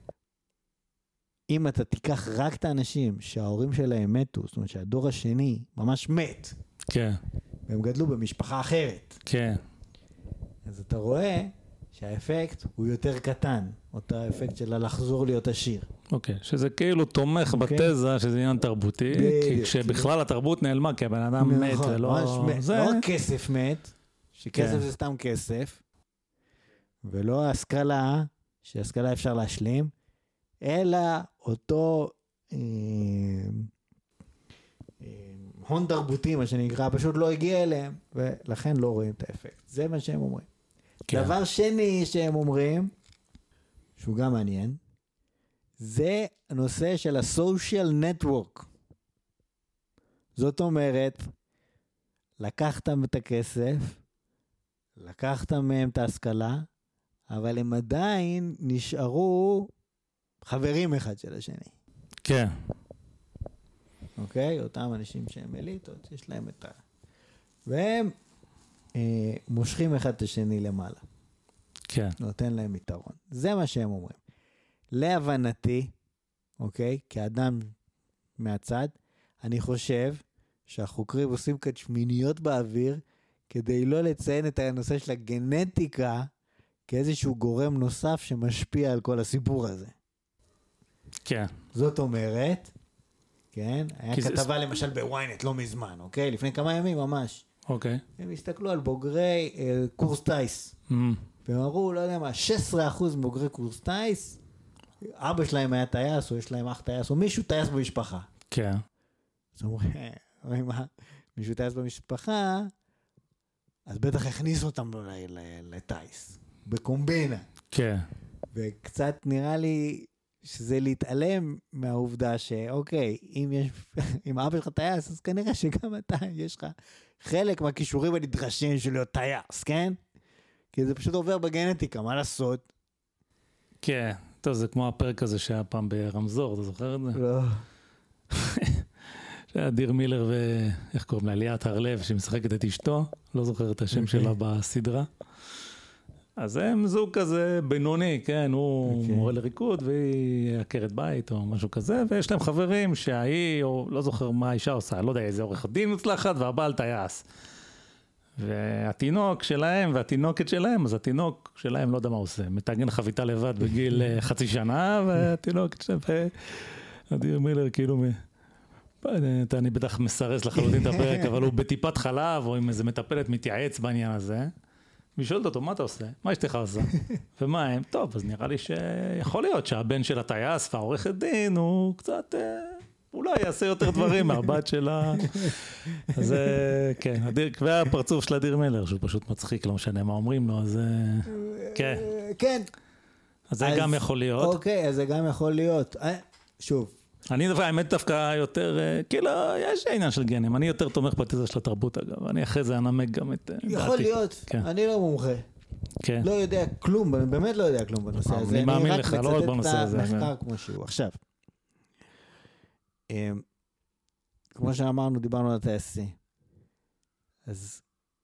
S3: אם אתה תיקח רק את האנשים שההורים שלהם מתו, זאת אומרת שהדור השני ממש מת,
S1: כן.
S3: והם גדלו במשפחה אחרת,
S1: כן.
S3: אז אתה רואה שהאפקט הוא יותר קטן, אותו האפקט שלה לחזור להיות עשיר.
S1: אוקיי, שזה כאילו תומך
S3: אוקיי.
S1: בתזה שזה עניין תרבותי, כי כשבכלל התרבות נעלמה, כי הבן אדם מת
S3: נכון,
S1: ולא...
S3: ממש מת.
S1: זה...
S3: לא רק כסף מת, שכסף
S1: כן.
S3: זה סתם כסף, ולא ההשכלה, שהשכלה אפשר להשלים, אלא אותו אה, אה, הון תרבותי, מה שנקרא, פשוט לא הגיע אליהם, ולכן לא רואים את האפקט. זה מה שהם אומרים.
S1: כן.
S3: דבר שני שהם אומרים, שהוא גם מעניין, זה הנושא של ה-social network. זאת אומרת, לקחת את הכסף, לקחת מהם את ההשכלה, אבל הם עדיין נשארו חברים אחד של השני.
S1: כן.
S3: אוקיי? אותם אנשים שהם אליטות, יש להם את ה... והם אה, מושכים אחד את השני למעלה.
S1: כן.
S3: נותן להם יתרון. זה מה שהם אומרים. להבנתי, אוקיי? כאדם מהצד, אני חושב שהחוקרים עושים כאן שמיניות באוויר, כדי לא לציין את הנושא של הגנטיקה, כאיזשהו גורם נוסף שמשפיע על כל הסיפור הזה.
S1: כן.
S3: זאת אומרת, כן? היה כתבה
S1: זה...
S3: למשל בוויינט לא מזמן, אוקיי? לפני כמה ימים ממש.
S1: אוקיי.
S3: הם הסתכלו על בוגרי אה, קורס טייס.
S1: Mm.
S3: והם אמרו, לא יודע מה, שש עשרה אחוז מבוגרי קורס טייס, אבא שלהם היה טייס, או יש להם אח טייס, או מישהו טייס במשפחה. כן. אז אומרים, אומרים מה, מישהו טייס במשפחה, אז בטח הכניס אותם לטייס, בקומבינה.
S1: כן.
S3: וקצת נראה לי שזה להתעלם מהעובדה שאוקיי, אם יש, אם אבא שלך טייס, אז כנראה שגם אתה, יש לך חלק מהכישורים הנדרשים של להיות טייס, כן? כי זה פשוט עובר בגנטיקה, מה לעשות?
S1: כן, טוב, זה כמו הפרק הזה שהיה פעם ברמזור, אתה זוכר את זה?
S3: לא.
S1: שהיה דיר מילר ו... איך קוראים לה? ליאת הרלב, שמשחקת את אשתו, לא זוכר את השם שלה בסדרה. אז הם זוג כזה בינוני, כן, הוא מורה לריקוד והיא עקרת בית או משהו כזה, ויש להם חברים שהיא, או לא זוכר מה האישה עושה, לא יודע, איזה עורך דין מוצלחת, והבעל טייס. והתינוק שלהם והתינוקת שלהם, אז התינוק שלהם לא יודע מה עושה, מתאגן חביתה לבד בגיל חצי שנה, והתינוקת שלהם, אדיר מילר כאילו, אני בטח מסרס לחלוטין את הפרק, אבל הוא בטיפת חלב, או עם איזה מטפלת מתייעץ בעניין הזה, ושואלת אותו, מה אתה עושה? מה אשתך עושה? ומה הם? טוב, אז נראה לי שיכול להיות שהבן של הטייס והעורכת דין הוא קצת... אולי יעשה יותר דברים מהבת שלה. אז כן, והפרצוף של אדיר מילר, שהוא פשוט מצחיק, לא משנה מה אומרים לו, אז כן.
S3: כן.
S1: אז זה גם יכול להיות.
S3: אוקיי, אז זה גם יכול להיות. שוב.
S1: אני דווקא, האמת דווקא יותר, כאילו, יש עניין של גנים, אני יותר תומך בתזה של התרבות אגב, אני אחרי זה אנמק גם את דעתי.
S3: יכול להיות, אני לא מומחה.
S1: כן.
S3: לא יודע כלום, באמת לא יודע כלום בנושא הזה.
S1: אני מאמין לך, לא רק בנושא הזה.
S3: אני רק מצטט את המחקר כמו שהוא. עכשיו. כמו שאמרנו, דיברנו על הטייסי. אז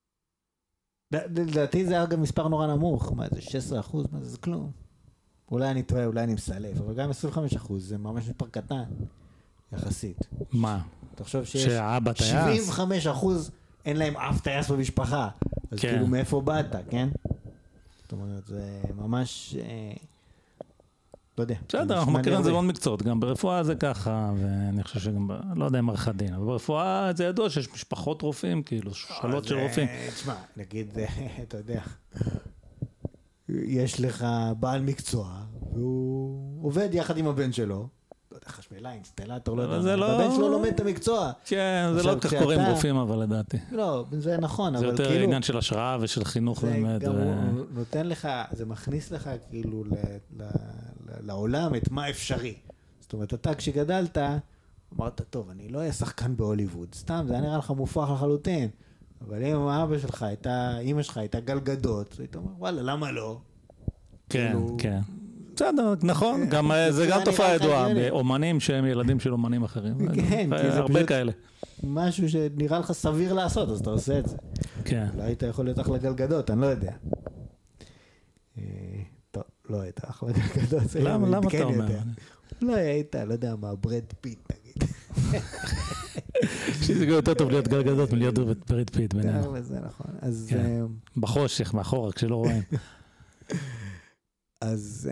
S3: לדעתי זה היה גם מספר נורא נמוך. מה זה, שש עשרה אחוז? מה זה, זה כלום. אולי אני טועה, אולי אני מסלף, אבל גם עשרים וחמישה אחוז זה ממש מספר קטן, יחסית.
S1: מה?
S3: תחשוב שיש
S1: שהאבא טייס.
S3: שבעים וחמישה אחוז אין להם אף טייס במשפחה. אז
S1: כן.
S3: כאילו מאיפה באת, כן? זאת אומרת, זה ממש... לא יודע.
S1: בסדר, אנחנו מכירים את זה מאוד מקצועות, גם ברפואה זה ככה, ואני חושב שגם, לא יודע אם עריכת דין, אבל ברפואה זה ידוע שיש משפחות רופאים, כאילו, שאלות של רופאים.
S3: תשמע, נגיד, אתה יודע, יש לך בעל מקצוע, והוא עובד יחד עם הבן שלו, לא יודע, חשמלאי, אינסטלטור, לא יודע, הבן שלו לומד את המקצוע.
S1: כן, זה לא כך קוראים רופאים, אבל לדעתי.
S3: לא, זה נכון, אבל כאילו...
S1: זה יותר עניין של השראה ושל חינוך באמת.
S3: זה גם נותן לך, זה מכניס לך כאילו לעולם את מה אפשרי. זאת אומרת, אתה כשגדלת, אמרת, טוב, אני לא אהיה שחקן בהוליווד, סתם, זה היה נראה לך מופרך לחלוטין. אבל אם האבא שלך הייתה, אמא שלך הייתה גלגדות, היית אומר, וואלה, למה לא?
S1: כן, כן. בסדר, נכון, גם זה גם תופעה ידועה, באומנים שהם ילדים של אומנים אחרים.
S3: כן, כי זה
S1: הרבה כאלה.
S3: משהו שנראה לך סביר לעשות, אז אתה עושה את זה.
S1: כן.
S3: אולי היית יכול להיות אחלה גלגדות, אני לא יודע. טוב, לא היית אחלה גלגדות.
S1: למה אתה אומר?
S3: לא היית, לא יודע מה, ברד פיט נגיד.
S1: שזה גם יותר טוב להיות גלגדות מלהיות ברד פיט בינינו.
S3: זה נכון. אז...
S1: בחושך, מאחורה, כשלא רואים.
S3: אז...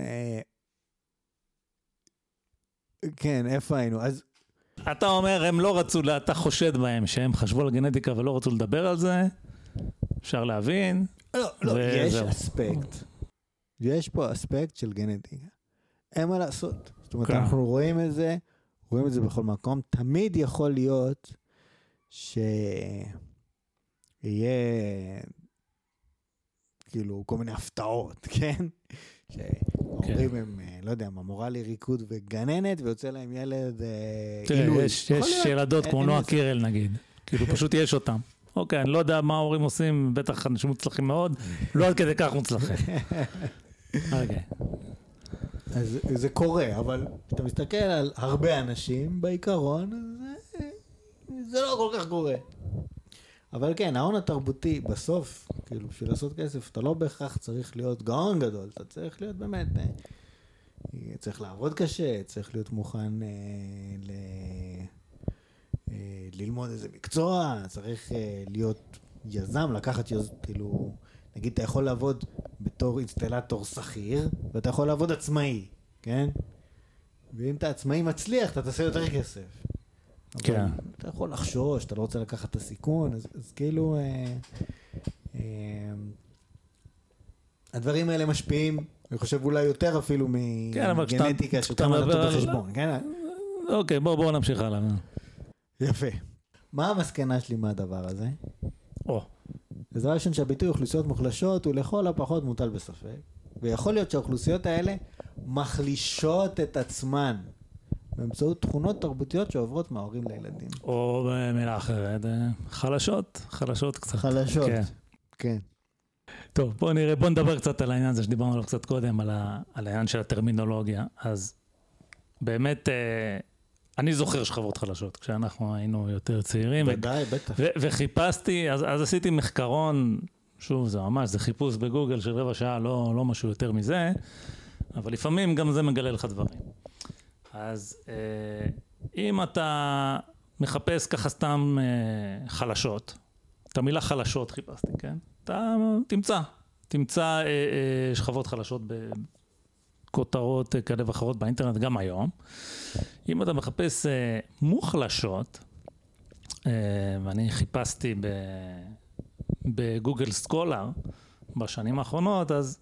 S3: כן, איפה היינו? אז...
S1: אתה אומר, הם לא רצו, אתה חושד בהם שהם חשבו על גנטיקה ולא רצו לדבר על זה, אפשר להבין.
S3: לא, לא, יש אספקט. יש פה אספקט של גנטיקה. אין מה לעשות. זאת אומרת, אנחנו רואים את זה, רואים את זה בכל מקום. תמיד יכול להיות שיהיה כאילו כל מיני הפתעות, כן? שאומרים הם, לא יודע, מורה לריקוד וגננת, ויוצא להם ילד
S1: עילוי. יש ילדות כמו נועה קירל נגיד, כאילו פשוט יש אותם. אוקיי, אני לא יודע מה ההורים עושים, בטח אנשים מוצלחים מאוד, לא עד כדי כך מוצלחים. אוקיי.
S3: אז זה קורה, אבל אתה מסתכל על הרבה אנשים בעיקרון, זה לא כל כך קורה. אבל כן, ההון התרבותי בסוף, כאילו, בשביל לעשות כסף, אתה לא בהכרח צריך להיות גאון גדול, אתה צריך להיות באמת, צריך לעבוד קשה, צריך להיות מוכן ל... ללמוד איזה מקצוע, צריך להיות יזם, לקחת יזם, כאילו, נגיד, אתה יכול לעבוד בתור אינסטלטור שכיר, ואתה יכול לעבוד עצמאי, כן? ואם אתה עצמאי מצליח, אתה תעשה יותר כסף.
S1: כן.
S3: אתה יכול לחשוש, אתה לא רוצה לקחת את הסיכון, אז, אז כאילו, אה, אה, הדברים האלה משפיעים, אני חושב אולי יותר אפילו מגנטיקה שאתה מלטות בחשבון, כן?
S1: אוקיי, בואו בוא נמשיך הלאה.
S3: יפה. מה המסקנה שלי מהדבר הזה?
S1: או.
S3: זה דבר ראשון שהביטוי אוכלוסיות מוחלשות הוא לכל הפחות מוטל בספק, ויכול להיות שהאוכלוסיות האלה מחלישות את עצמן באמצעות תכונות תרבותיות שעוברות מההורים לילדים.
S1: או במילה אחרת, חלשות, חלשות קצת.
S3: חלשות, כן. כן.
S1: טוב, בוא נראה, בוא נדבר קצת על העניין הזה שדיברנו עליו קצת קודם, על, ה, על העניין של הטרמינולוגיה. אז באמת, אני זוכר שכבות חלשות, כשאנחנו היינו יותר צעירים.
S3: ודאי, בטח.
S1: ו- וחיפשתי, אז, אז עשיתי מחקרון, שוב, זה ממש, זה חיפוש בגוגל של רבע שעה, לא, לא משהו יותר מזה, אבל לפעמים גם זה מגלה לך דברים. אז אה, אם אתה מחפש ככה סתם אה, חלשות, את המילה חלשות חיפשתי, כן? אתה תמצא, תמצא אה, אה, שכבות חלשות בכותרות אה, כאלה ואחרות באינטרנט, גם היום. אם אתה מחפש אה, מוחלשות, אה, ואני חיפשתי ב, בגוגל סקולר בשנים האחרונות, אז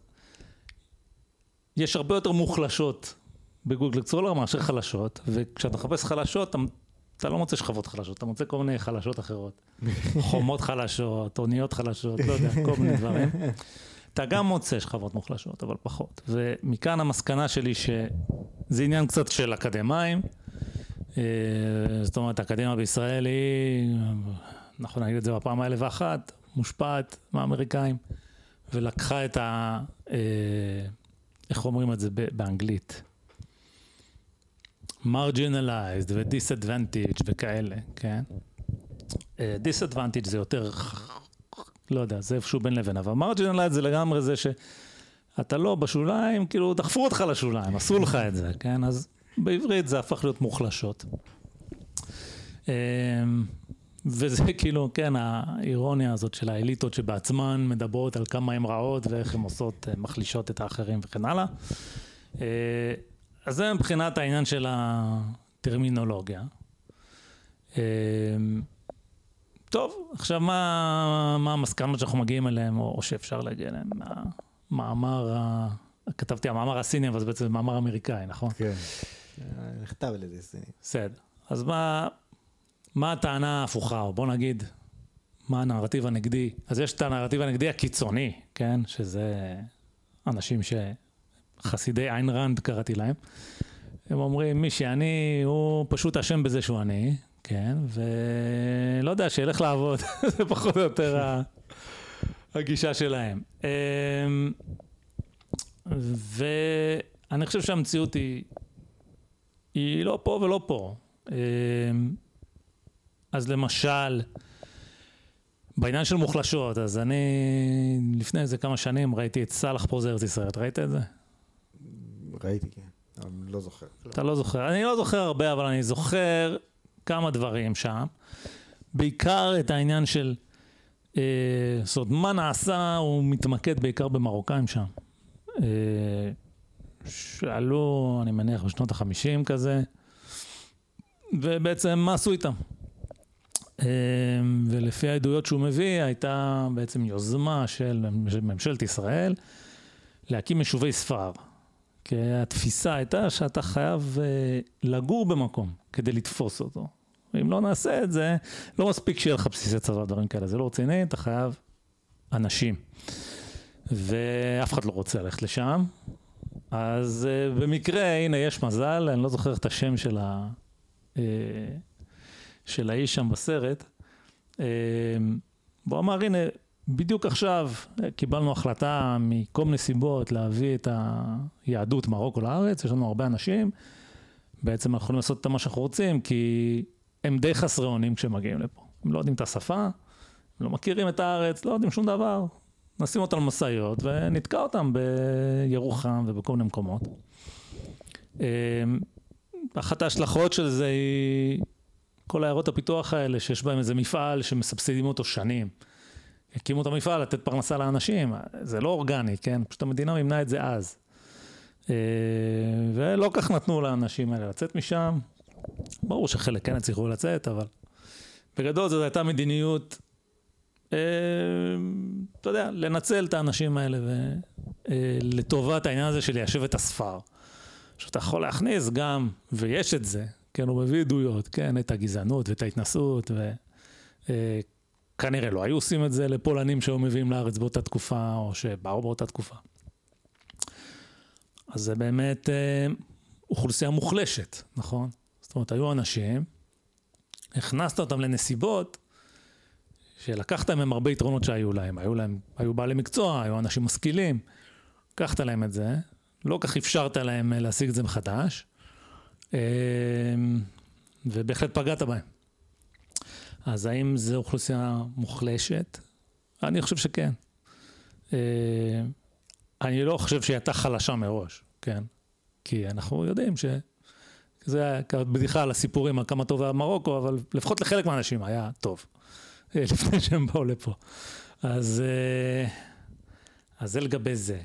S1: יש הרבה יותר מוחלשות בגוגל סקולר מאשר חלשות, וכשאתה מחפש חלשות, אתה, אתה לא מוצא שכבות חלשות, אתה מוצא כל מיני חלשות אחרות. חומות חלשות, אוניות חלשות, לא יודע, כל מיני דברים. אתה גם מוצא שכבות מוחלשות, אבל פחות. ומכאן המסקנה שלי שזה עניין קצת של אקדמיים, זאת אומרת, האקדמיה בישראל היא, אנחנו נגיד את זה בפעם האלף ואחת, מושפעת מהאמריקאים, ולקחה את ה... איך אומרים את זה באנגלית? marginalized ו-disadvantage וכאלה, כן? disadvantage זה יותר, לא יודע, זה איפשהו בין לבין, אבל marginalized זה לגמרי זה שאתה לא בשוליים, כאילו דחפו אותך לשוליים, עשו לך את זה, כן? אז בעברית זה הפך להיות מוחלשות. וזה כאילו, כן, האירוניה הזאת של האליטות שבעצמן מדברות על כמה הן רעות ואיך הן עושות, מחלישות את האחרים וכן הלאה. אז זה מבחינת העניין של הטרמינולוגיה. טוב, עכשיו מה, מה המסקנות שאנחנו מגיעים אליהם, או, או שאפשר להגיע אליהם? המאמר, כתבתי המאמר הסיני, אבל זה בעצם מאמר אמריקאי, נכון?
S3: כן, נכתב על ידי סיני.
S1: בסדר. אז מה, מה הטענה ההפוכה, או בוא נגיד, מה הנרטיב הנגדי? אז יש את הנרטיב הנגדי הקיצוני, כן? שזה אנשים ש... חסידי איין רנד קראתי להם, הם אומרים מי שאני הוא פשוט אשם בזה שהוא אני, כן, ולא יודע, שילך לעבוד, זה פחות או יותר הגישה שלהם. אני חושב שהמציאות היא, היא לא פה ולא פה. אז למשל, בעניין של מוחלשות, אז אני לפני איזה כמה שנים ראיתי את סלח פה זה ארץ ישראל, ראית את זה?
S3: ראיתי, כן. אבל לא זוכר.
S1: אתה לא זוכר. אני לא זוכר הרבה, אבל אני זוכר כמה דברים שם. בעיקר את העניין של, אה, זאת אומרת, מה נעשה, הוא מתמקד בעיקר במרוקאים שם. אה, שעלו, אני מניח, בשנות החמישים כזה, ובעצם מה עשו איתם? אה, ולפי העדויות שהוא מביא, הייתה בעצם יוזמה של ממשלת ישראל, להקים יישובי ספר. כי התפיסה הייתה שאתה חייב אה, לגור במקום כדי לתפוס אותו. אם לא נעשה את זה, לא מספיק שיהיה לך בסיסי צבא, דברים כאלה. זה לא רציני, אתה חייב אנשים. ואף אחד לא רוצה ללכת לשם. אז uh, במקרה, הנה, יש מזל, אני לא זוכר את השם של, ה, uh, של האיש שם בסרט. Uh, בוא אמר, הנה, בדיוק עכשיו קיבלנו החלטה מכל מיני סיבות להביא את היהדות מרוקו לארץ, יש לנו הרבה אנשים, בעצם אנחנו יכולים לעשות את מה שאנחנו רוצים, כי הם די חסרי אונים כשהם מגיעים לפה. הם לא יודעים את השפה, הם לא מכירים את הארץ, לא יודעים שום דבר. נשים אותם למשאיות ונתקע אותם בירוחם ובכל מיני מקומות. אחת ההשלכות של זה היא כל העיירות הפיתוח האלה, שיש בהם איזה מפעל שמסבסדים אותו שנים. הקימו את המפעל, לתת פרנסה לאנשים, זה לא אורגני, כן? פשוט המדינה מימנה את זה אז. ולא כך נתנו לאנשים האלה לצאת משם. ברור שחלק כן הצליחו לצאת, אבל בגדול זו הייתה מדיניות, אתה יודע, לנצל את האנשים האלה ולטובת העניין הזה של ליישב את הספר. שאתה יכול להכניס גם, ויש את זה, כן, הוא מביא עדויות, כן, את הגזענות ואת ההתנסות, וכנראה לא היו עושים את זה לפולנים שהיו מביאים לארץ באותה תקופה, או שבאו באותה תקופה. אז זה באמת אוכלוסייה מוחלשת, נכון? זאת אומרת, היו אנשים, הכנסת אותם לנסיבות, שלקחת מהם הרבה יתרונות שהיו להם. היו להם, היו בעלי מקצוע, היו אנשים משכילים. לקחת להם את זה, לא כך אפשרת להם להשיג את זה מחדש, ובהחלט פגעת בהם. אז האם זו אוכלוסייה מוחלשת? אני חושב שכן. אני לא חושב שהיא הייתה חלשה מראש, כן? כי אנחנו יודעים ש... זה בדיחה על הסיפורים על כמה טוב היה מרוקו, אבל לפחות לחלק מהאנשים היה טוב, לפני שהם באו לפה. אז, אז זה לגבי זה.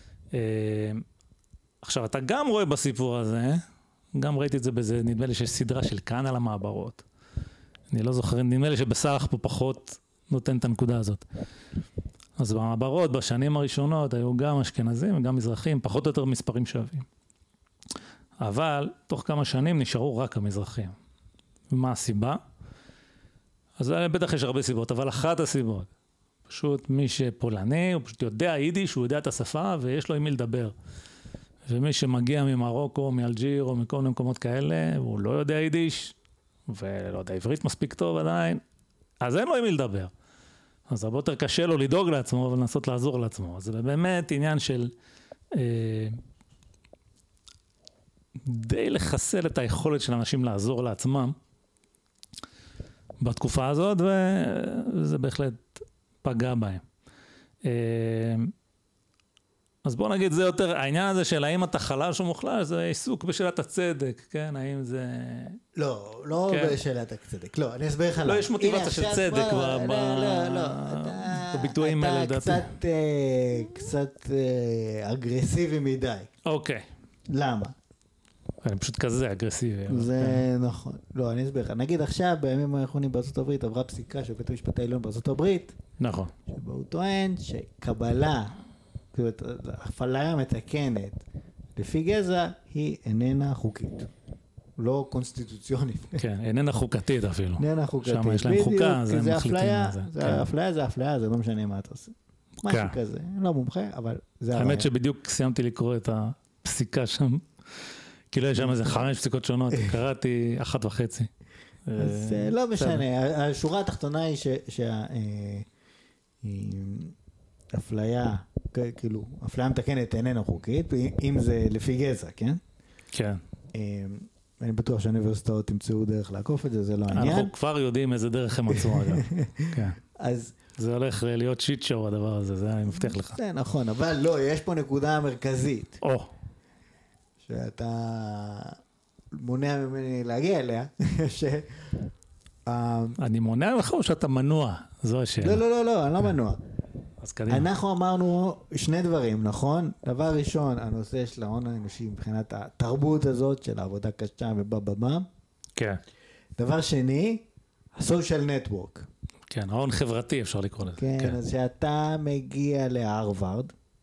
S1: עכשיו, אתה גם רואה בסיפור הזה, גם ראיתי את זה בזה, נדמה לי שיש סדרה של כאן על המעברות. אני לא זוכר, נדמה לי שבסלח פה פחות נותן את הנקודה הזאת. אז במעברות, בשנים הראשונות, היו גם אשכנזים וגם מזרחים, פחות או יותר מספרים שווים. אבל תוך כמה שנים נשארו רק המזרחים. ומה הסיבה? אז בטח יש הרבה סיבות, אבל אחת הסיבות, פשוט מי שפולני, הוא פשוט יודע יידיש, הוא יודע את השפה ויש לו עם מי לדבר. ומי שמגיע ממרוקו, מאלג'יר או מכל מיני מקומות כאלה, הוא לא יודע יידיש, ולא יודע עברית מספיק טוב עדיין, אז אין לו עם מי לדבר. אז הרבה יותר קשה לו לדאוג לעצמו ולנסות לעזור לעצמו. אז זה באמת עניין של... אה, די לחסל את היכולת של אנשים לעזור לעצמם בתקופה הזאת, וזה בהחלט פגע בהם. אז בוא נגיד, זה יותר, העניין הזה של האם אתה חלש או מוחלש, זה עיסוק בשאלת הצדק, כן? האם זה...
S3: לא, לא כן. בשאלת הצדק, לא, אני אסביר לך.
S1: לא, יש מוטיבציה של צדק
S3: לא,
S1: ב...
S3: לא, לא, לא.
S1: בביטויים האלה, לדעתי.
S3: אתה קצת, קצת אגרסיבי מדי.
S1: אוקיי.
S3: למה?
S1: אני פשוט כזה אגרסיבי.
S3: זה נכון. לא, אני אסביר לך. נגיד עכשיו, בימים האחרונים בארצות הברית, עברה פסיקה של בית המשפט העליון בארצות הברית.
S1: נכון.
S3: שבו הוא טוען שקבלה, הפעלה מתקנת לפי גזע, היא איננה חוקית. לא קונסטיטוציונית.
S1: כן, איננה חוקתית אפילו.
S3: איננה חוקתית.
S1: שם יש להם חוקה, אז הם מחליטים על זה.
S3: זה אפליה, זה אפליה, זה לא משנה מה אתה עושה. משהו כזה. אני לא מומחה, אבל זה הרעיון.
S1: האמת שבדיוק סיימתי לקרוא את הפסיקה שם. כאילו יש שם איזה חמש פסיקות שונות, קראתי אחת וחצי.
S3: אז לא משנה, השורה התחתונה היא שהאפליה כאילו, אפליה מתקנת איננה חוקית, אם זה לפי גזע, כן?
S1: כן.
S3: אני בטוח שהאוניברסיטאות ימצאו דרך לעקוף את זה, זה לא העניין.
S1: אנחנו כבר יודעים איזה דרך הם מצאו, אגב. כן.
S3: אז...
S1: זה הולך להיות שיט שואו הדבר הזה, זה אני מבטיח לך.
S3: זה נכון, אבל לא, יש פה נקודה מרכזית.
S1: או.
S3: שאתה מונע ממני להגיע אליה, ש...
S1: אני מונע לך או שאתה מנוע? זו השאלה.
S3: לא, לא, לא, לא, אני לא מנוע.
S1: אז קדימה.
S3: אנחנו אמרנו שני דברים, נכון? דבר ראשון, הנושא של ההון האנושי מבחינת התרבות הזאת של העבודה קשה ובבבם.
S1: כן.
S3: דבר שני, הסושיאל נטוורק.
S1: כן, ההון חברתי אפשר לקרוא לזה.
S3: כן, כן, אז שאתה מגיע להרווארד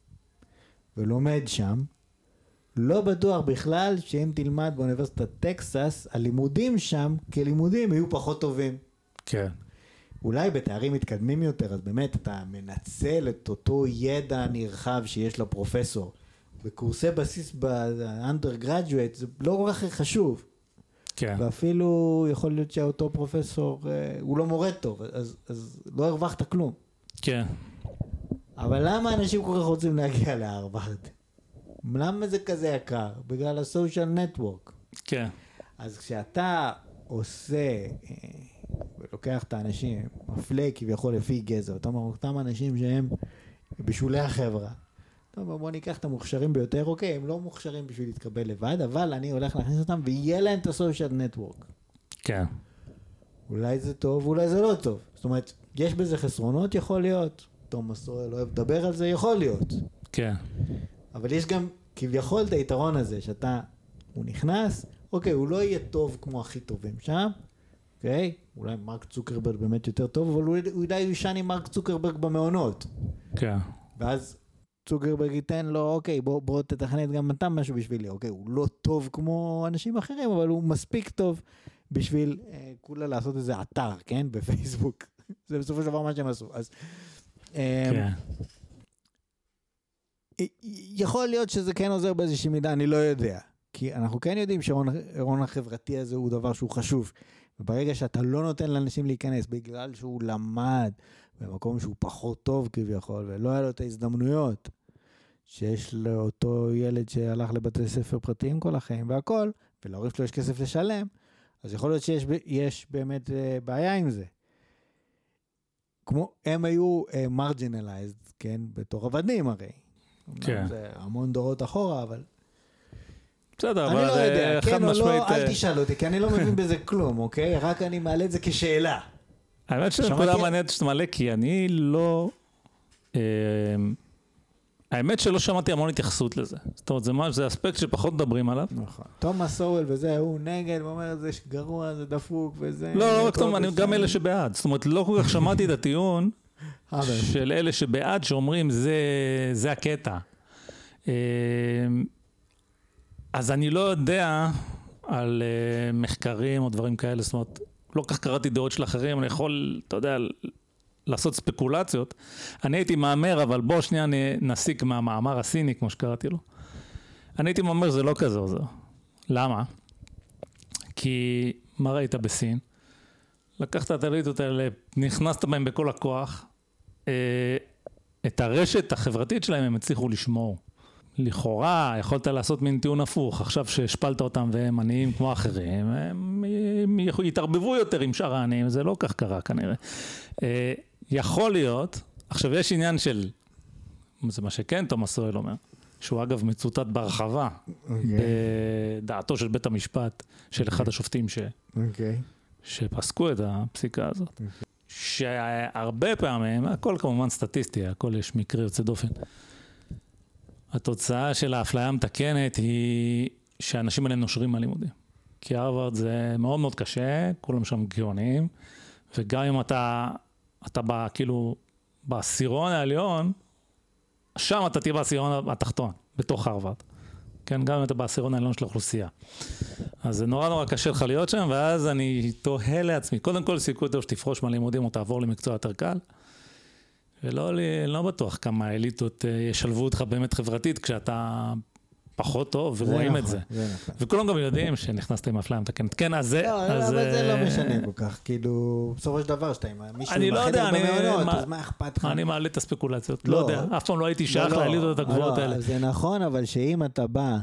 S3: ולומד שם, לא בטוח בכלל שאם תלמד באוניברסיטת טקסס, הלימודים שם כלימודים יהיו פחות טובים.
S1: כן.
S3: אולי בתארים מתקדמים יותר, אז באמת אתה מנצל את אותו ידע נרחב שיש לפרופסור. בקורסי בסיס ב-undergraduate זה לא כל כך חשוב.
S1: כן.
S3: ואפילו יכול להיות שאותו פרופסור, הוא לא מורה טוב, אז, אז לא הרווחת כלום.
S1: כן.
S3: אבל למה אנשים כל כך רוצים להגיע להרווארד? למה זה כזה יקר? בגלל הסושיאל נטוורק.
S1: כן.
S3: אז כשאתה עושה, ולוקח את האנשים, מפלה כביכול לפי גזע, אתה אומר, אותם אנשים שהם בשולי החברה, טוב, בוא ניקח את המוכשרים ביותר, אוקיי, הם לא מוכשרים בשביל להתקבל לבד, אבל אני הולך להכניס אותם, ויהיה להם את הסושיאל נטוורק.
S1: כן.
S3: אולי זה טוב, אולי זה לא טוב. זאת אומרת, יש בזה חסרונות, יכול להיות. תומאס סואל לא אוהב לדבר על זה, יכול להיות.
S1: כן.
S3: אבל יש גם כביכול את היתרון הזה, שאתה, הוא נכנס, אוקיי, הוא לא יהיה טוב כמו הכי טובים שם, אוקיי? אולי מרק צוקרברג באמת יותר טוב, אבל הוא אולי ישן עם מרק צוקרברג במעונות.
S1: כן.
S3: ואז צוקרברג ייתן לו, אוקיי, בוא, בוא תתכנת גם אתה משהו בשבילי. אוקיי, הוא לא טוב כמו אנשים אחרים, אבל הוא מספיק טוב בשביל אה, כולה לעשות איזה אתר, כן? בפייסבוק. זה בסופו של דבר מה שהם עשו. אז... אה,
S1: כן.
S3: יכול להיות שזה כן עוזר באיזושהי מידה, אני לא יודע. כי אנחנו כן יודעים שההון החברתי הזה הוא דבר שהוא חשוב. וברגע שאתה לא נותן לאנשים להיכנס, בגלל שהוא למד במקום שהוא פחות טוב כביכול, ולא היה לו את ההזדמנויות שיש לאותו ילד שהלך לבתי ספר פרטיים כל החיים והכל, ולהורים שלו יש כסף לשלם, אז יכול להיות שיש יש באמת בעיה עם זה. כמו, הם היו marginalized, כן, בתור עבדים הרי.
S1: כן.
S3: זה המון דורות אחורה, אבל...
S1: בסדר,
S3: אני
S1: אבל
S3: לא יודע,
S1: אחד
S3: כן או
S1: משמעית...
S3: לא, אל תשאל אותי, כי אני לא מבין בזה כלום, אוקיי? רק אני מעלה את זה כשאלה.
S1: האמת שנקודה מעניינת שאתה מעלה, כי אני לא... האמת שלא שמעתי המון התייחסות לזה. זאת אומרת, זה משהו, זה אספקט שפחות מדברים עליו.
S3: נכון. תומאס סואל וזה, הוא נגד, ואומר, זה גרוע, זה דפוק, וזה...
S1: לא, לא רק טוב, אני גם אלה שבעד. זאת אומרת, לא כל כך שמעתי את הטיעון של אלה שבעד, שאומרים, זה הקטע. אז אני לא יודע על מחקרים או דברים כאלה, זאת אומרת, לא כך קראתי דעות של אחרים, אני יכול, אתה יודע, לעשות ספקולציות. אני הייתי מאמר, אבל בוא שנייה נסיק מהמאמר הסיני, כמו שקראתי לו. אני הייתי מאמר, זה לא כזה עוזר. למה? כי מה ראית בסין? לקחת את האליטות האלה, נכנסת בהם בכל הכוח, את הרשת החברתית שלהם הם הצליחו לשמור. לכאורה, יכולת לעשות מין טיעון הפוך, עכשיו שהשפלת אותם והם עניים כמו אחרים, הם יתערבבו יותר עם שאר העניים, זה לא כך קרה כנראה. יכול להיות, עכשיו יש עניין של, זה מה שכן תומאס סואל אומר, שהוא אגב מצוטט בהרחבה, בדעתו של בית המשפט, של אחד השופטים ש... שפסקו את הפסיקה הזאת. שהרבה פעמים, הכל כמובן סטטיסטי, הכל יש מקרה יוצא דופן, התוצאה של האפליה המתקנת היא שאנשים האלה נושרים מהלימודים. כי הרווארד זה מאוד מאוד קשה, כולם שם גאונים, וגם אם אתה, אתה בא, כאילו, בעשירון העליון, שם אתה תהיה בעשירון התחתון, בתוך הרווארד. כן, גם אם אתה בעשירון העליון של האוכלוסייה. אז זה נורא נורא קשה לך להיות שם, ואז אני תוהה לעצמי. קודם כל, סיכוי יותר שתפרוש מהלימודים או תעבור למקצוע יותר קל, ולא לא בטוח כמה האליטות ישלבו אותך באמת חברתית, כשאתה פחות טוב, ורואים את זה. וכולם גם יודעים שנכנסת עם אפליה מתקנת. כן, אז זה...
S3: לא, אבל זה לא משנה כל כך, כאילו, בסופו של דבר שאתה עם מישהו עם החדר במעונות, אז מה אכפת לך?
S1: אני מעלה את הספקולציות, לא יודע, אף פעם לא הייתי שייך להעליד את הגבוהות האלה.
S3: זה נכון, אבל שאם אתה בא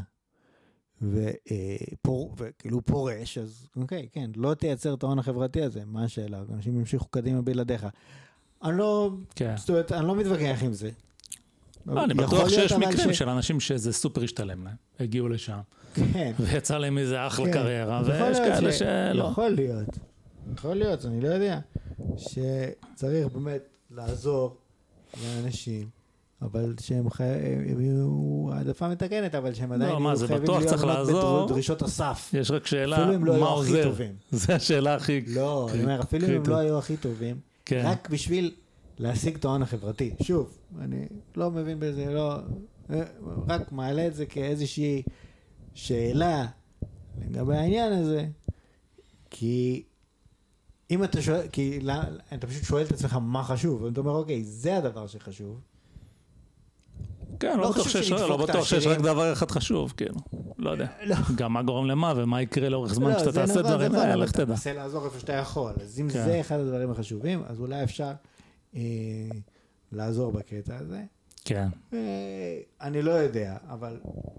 S3: וכאילו פורש, אז אוקיי, כן, לא תייצר את ההון החברתי הזה, מה השאלה? אנשים ימשיכו קדימה בלעדיך. אני לא, זאת אומרת, אני לא מתווכח עם זה.
S1: אני בטוח שיש מקרים של אנשים שזה סופר השתלם להם, הגיעו לשם, ויצא להם איזה אחלה קריירה, ויש כאלה שלא.
S3: יכול להיות, יכול להיות, אני לא יודע, שצריך באמת לעזור לאנשים, אבל שהם חייבים, העדפה מתקנת, אבל שהם עדיין חייבים להיות בדרישות הסף.
S1: יש רק שאלה, מה עוזר? זו השאלה הכי...
S3: לא, אני אומר, אפילו אם הם לא היו הכי טובים, רק בשביל להשיג את ההון החברתי. שוב, אני לא מבין בזה, לא... רק מעלה את זה כאיזושהי שאלה לגבי העניין הזה, כי אם אתה שואל, כי אתה פשוט שואל את עצמך מה חשוב, ואתה אומר, אוקיי, זה הדבר שחשוב.
S1: כן, לא בטוח שיש רק דבר אחד חשוב, כאילו, לא יודע. גם מה גורם למה ומה יקרה לאורך זמן כשאתה תעשה דברים האלה, לך תדע.
S3: אתה תנסה לעזור איפה שאתה יכול, אז אם זה אחד הדברים החשובים, אז אולי אפשר לעזור בקטע הזה.
S1: כן.
S3: אני לא יודע, אבל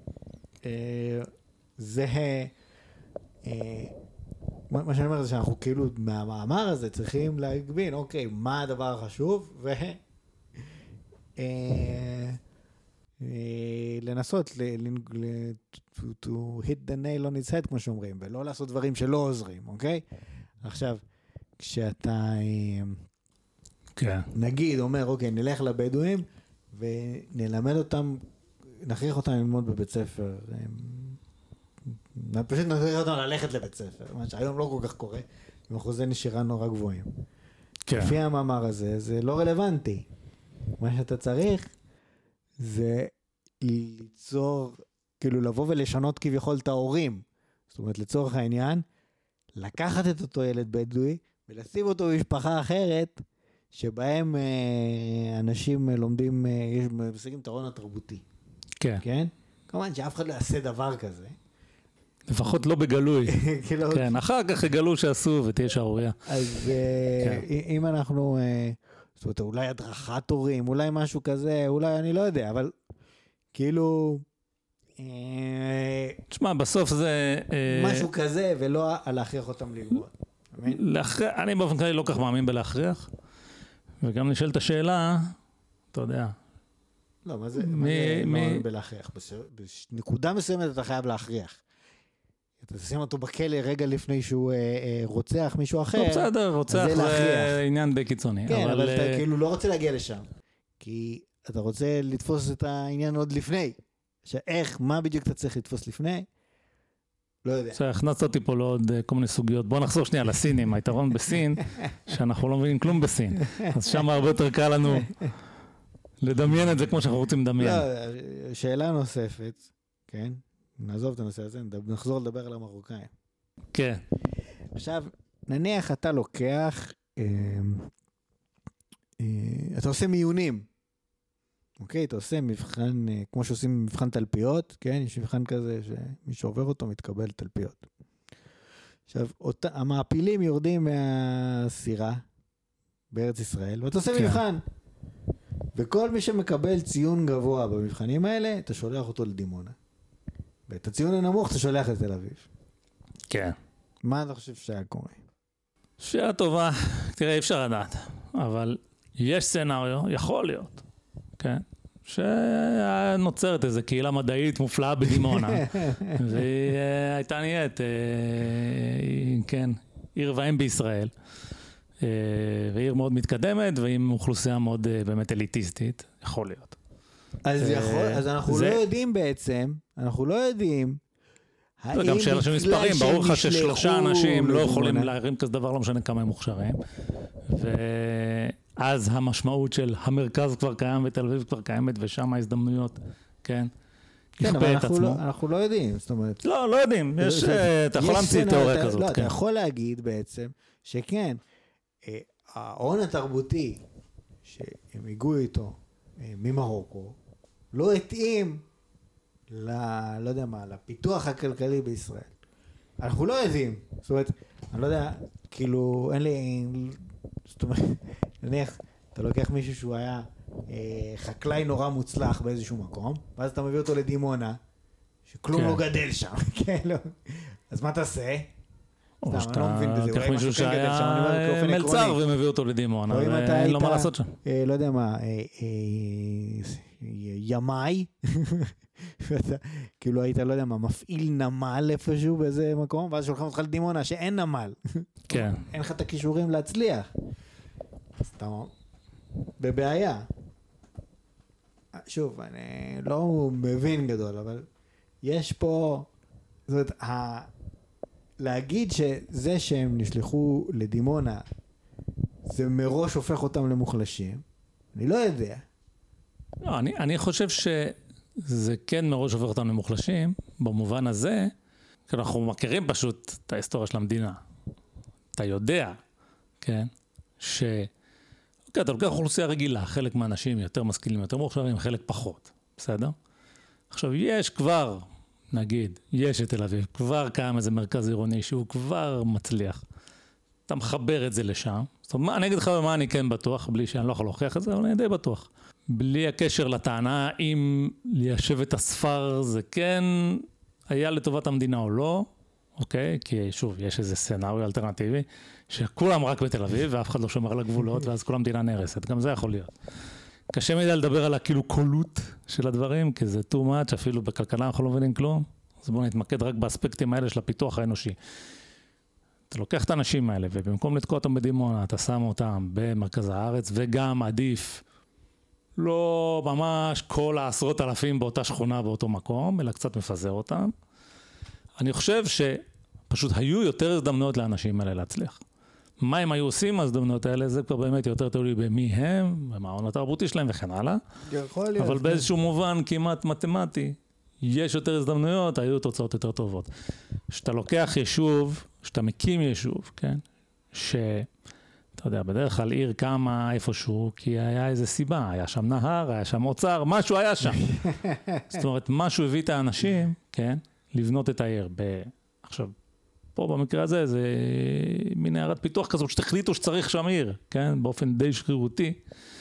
S3: זה... מה שאני אומר זה שאנחנו כאילו מהמאמר הזה צריכים להגבין, אוקיי, מה הדבר החשוב, ו... לנסות to hit the nail on its head, כמו שאומרים, ולא לעשות דברים שלא עוזרים, אוקיי? עכשיו, כשאתה נגיד אומר, אוקיי, נלך לבדואים ונלמד אותם, נכריח אותם ללמוד בבית ספר, פשוט נכריח אותם ללכת לבית ספר, מה שהיום לא כל כך קורה, עם אחוזי נשירה נורא גבוהים. לפי המאמר הזה, זה לא רלוונטי. מה שאתה צריך זה ליצור, כאילו לבוא ולשנות כביכול את ההורים. זאת אומרת, לצורך העניין, לקחת את אותו ילד בדואי ולשים אותו במשפחה אחרת, שבהם אה, אנשים לומדים, אה, יש משיגים את ההון התרבותי.
S1: כן.
S3: כן? כמובן שאף אחד לא יעשה דבר כזה.
S1: לפחות לא בגלוי. כן, אחר כך יגלו שעשו ותהיה שערוריה.
S3: אז אה, אם אנחנו... אה, זאת אומרת, אולי הדרכת הורים, אולי משהו כזה, אולי אני לא יודע, אבל כאילו...
S1: תשמע, בסוף זה...
S3: משהו כזה, ולא להכריח אותם ללמוד.
S1: אני באופן כללי לא כך מאמין בלהכריח, וגם נשאל את השאלה, אתה יודע...
S3: לא, מה זה מאמין בלהכריח? בנקודה מסוימת אתה חייב להכריח. אתה תשים אותו בכלא רגע לפני שהוא רוצח מישהו אחר.
S1: לא, בסדר, רוצח זה עניין די קיצוני.
S3: כן, אבל אתה כאילו לא רוצה להגיע לשם. כי אתה רוצה לתפוס את העניין עוד לפני. שאיך, מה בדיוק אתה צריך לתפוס לפני? לא יודע.
S1: שהכנסת אותי פה לעוד כל מיני סוגיות. בוא נחזור שנייה לסינים. היתרון בסין, שאנחנו לא מבינים כלום בסין. אז שם הרבה יותר קל לנו לדמיין את זה כמו שאנחנו רוצים לדמיין.
S3: לא, שאלה נוספת, כן? נעזוב את הנושא הזה, נחזור לדבר על המרוקאים.
S1: כן.
S3: עכשיו, נניח אתה לוקח, אה, אה, אתה עושה מיונים, אוקיי? אתה עושה מבחן, אה, כמו שעושים מבחן תלפיות, כן? יש מבחן כזה שמי שעובר אותו מתקבל תלפיות. עכשיו, אותה, המעפילים יורדים מהסירה בארץ ישראל, ואתה עושה כן. מבחן. וכל מי שמקבל ציון גבוה במבחנים האלה, אתה שולח אותו לדימונה. ואת הציון הנמוך אתה שולח לתל אביב.
S1: כן.
S3: מה אתה חושב שהיה קורה?
S1: שאלה טובה, תראה, אי אפשר לדעת, אבל יש סצנריו, יכול להיות, כן? שנוצרת איזו קהילה מדעית מופלאה בדימונה, והיא הייתה נהיית, כן, עיר ואם בישראל, ועיר מאוד מתקדמת, ועם אוכלוסייה מאוד באמת אליטיסטית, יכול להיות.
S3: אז, יכול, אז אנחנו זה... לא יודעים בעצם, אנחנו לא יודעים,
S1: גם שאלה של מספרים, ברור לך ששלושה אנשים לא יכולים להרים כזה דבר, לא משנה כמה הם מוכשרים, ואז המשמעות של המרכז כבר קיים ותל אביב כבר קיימת, ושם ההזדמנויות, כן,
S3: כן, אבל אנחנו לא, אנחנו לא יודעים, זאת אומרת...
S1: לא, לא יודעים, יש, אתה יכול להמציא תיאוריה כזאת.
S3: לא, אתה יכול להגיד בעצם, שכן, ההון התרבותי, שהם הגיעו איתו ממרוקו, לא התאים ל... לא יודע מה, לפיתוח הכלכלי בישראל. אנחנו לא יודעים. זאת אומרת, אני לא יודע, כאילו, אין לי... זאת אומרת, נניח, אתה לוקח מישהו שהוא היה אה, חקלאי נורא מוצלח באיזשהו מקום, ואז אתה מביא אותו לדימונה, שכלום
S1: כן.
S3: לא גדל שם, כן, לא. אז מה תעשה?
S1: או
S3: סתם, אני לא מבין בזה,
S1: שאתה
S3: אולי
S1: קח
S3: משהו
S1: מישהו
S3: כן גדל שם, אני אומר
S1: שהיה
S3: באופן
S1: מלצר
S3: עקרוני.
S1: ומביא אותו לדימונה,
S3: או אם אתה
S1: ואין לו מה
S3: היית,
S1: לעשות שם.
S3: אה, לא יודע מה, אה, אה, ימאי, ואתה, כאילו היית, לא יודע מה, מפעיל נמל איפשהו באיזה מקום, ואז שולחים אותך לדימונה שאין נמל.
S1: כן.
S3: אין לך את הכישורים להצליח. אז אתה בבעיה. שוב, אני לא מבין גדול, אבל יש פה, זאת אומרת, ה... להגיד שזה שהם נשלחו לדימונה, זה מראש הופך אותם למוחלשים, אני לא יודע.
S1: לא, אני, אני חושב שזה כן מראש הופך אותם למוחלשים, במובן הזה, כי אנחנו מכירים פשוט את ההיסטוריה של המדינה. אתה יודע, כן, ש... אוקיי, אתה לוקח אוכלוסייה רגילה, חלק מהאנשים יותר משכילים, יותר מוכשרים, חלק פחות, בסדר? עכשיו, יש כבר, נגיד, יש את תל אביב, כבר קיים איזה מרכז עירוני שהוא כבר מצליח. אתה מחבר את זה לשם. זאת אומרת, אני אגיד לך במה אני כן בטוח, בלי שאני לא יכול להוכיח את זה, אבל אני די בטוח. בלי הקשר לטענה אם ליישב את הספר זה כן היה לטובת המדינה או לא, אוקיי? כי שוב, יש איזה סצנריו אלטרנטיבי, שכולם רק בתל אביב, ואף אחד לא שומר על הגבולות, ואז כל המדינה נהרסת. גם זה יכול להיות. קשה מדי לדבר על הכאילו קולות של הדברים, כי זה too much, אפילו בכלכלה אנחנו לא מבינים כלום. אז בואו נתמקד רק באספקטים האלה של הפיתוח האנושי. אתה לוקח את האנשים האלה, ובמקום לתקוע אותם בדימונה, אתה שם אותם במרכז הארץ, וגם עדיף לא ממש כל העשרות אלפים באותה שכונה, באותו מקום, אלא קצת מפזר אותם. אני חושב שפשוט היו יותר הזדמנויות לאנשים האלה להצליח. מה הם היו עושים ההזדמנויות האלה, זה כבר באמת יותר תלוי במי הם, במה העון התרבותי שלהם וכן הלאה.
S3: יכול להיות.
S1: אבל באיזשהו מובן כמעט מתמטי, יש יותר הזדמנויות, היו תוצאות יותר טובות. שאתה לוקח יישוב, שאתה מקים יישוב, כן? שאתה יודע, בדרך כלל עיר קמה איפשהו, כי היה איזו סיבה, היה שם נהר, היה שם אוצר, משהו היה שם. זאת אומרת, משהו הביא את האנשים, כן? לבנות את העיר. ב... עכשיו, פה במקרה הזה, זה מין הערת פיתוח כזאת, שתחליטו שצריך שם עיר, כן? באופן די שרירותי.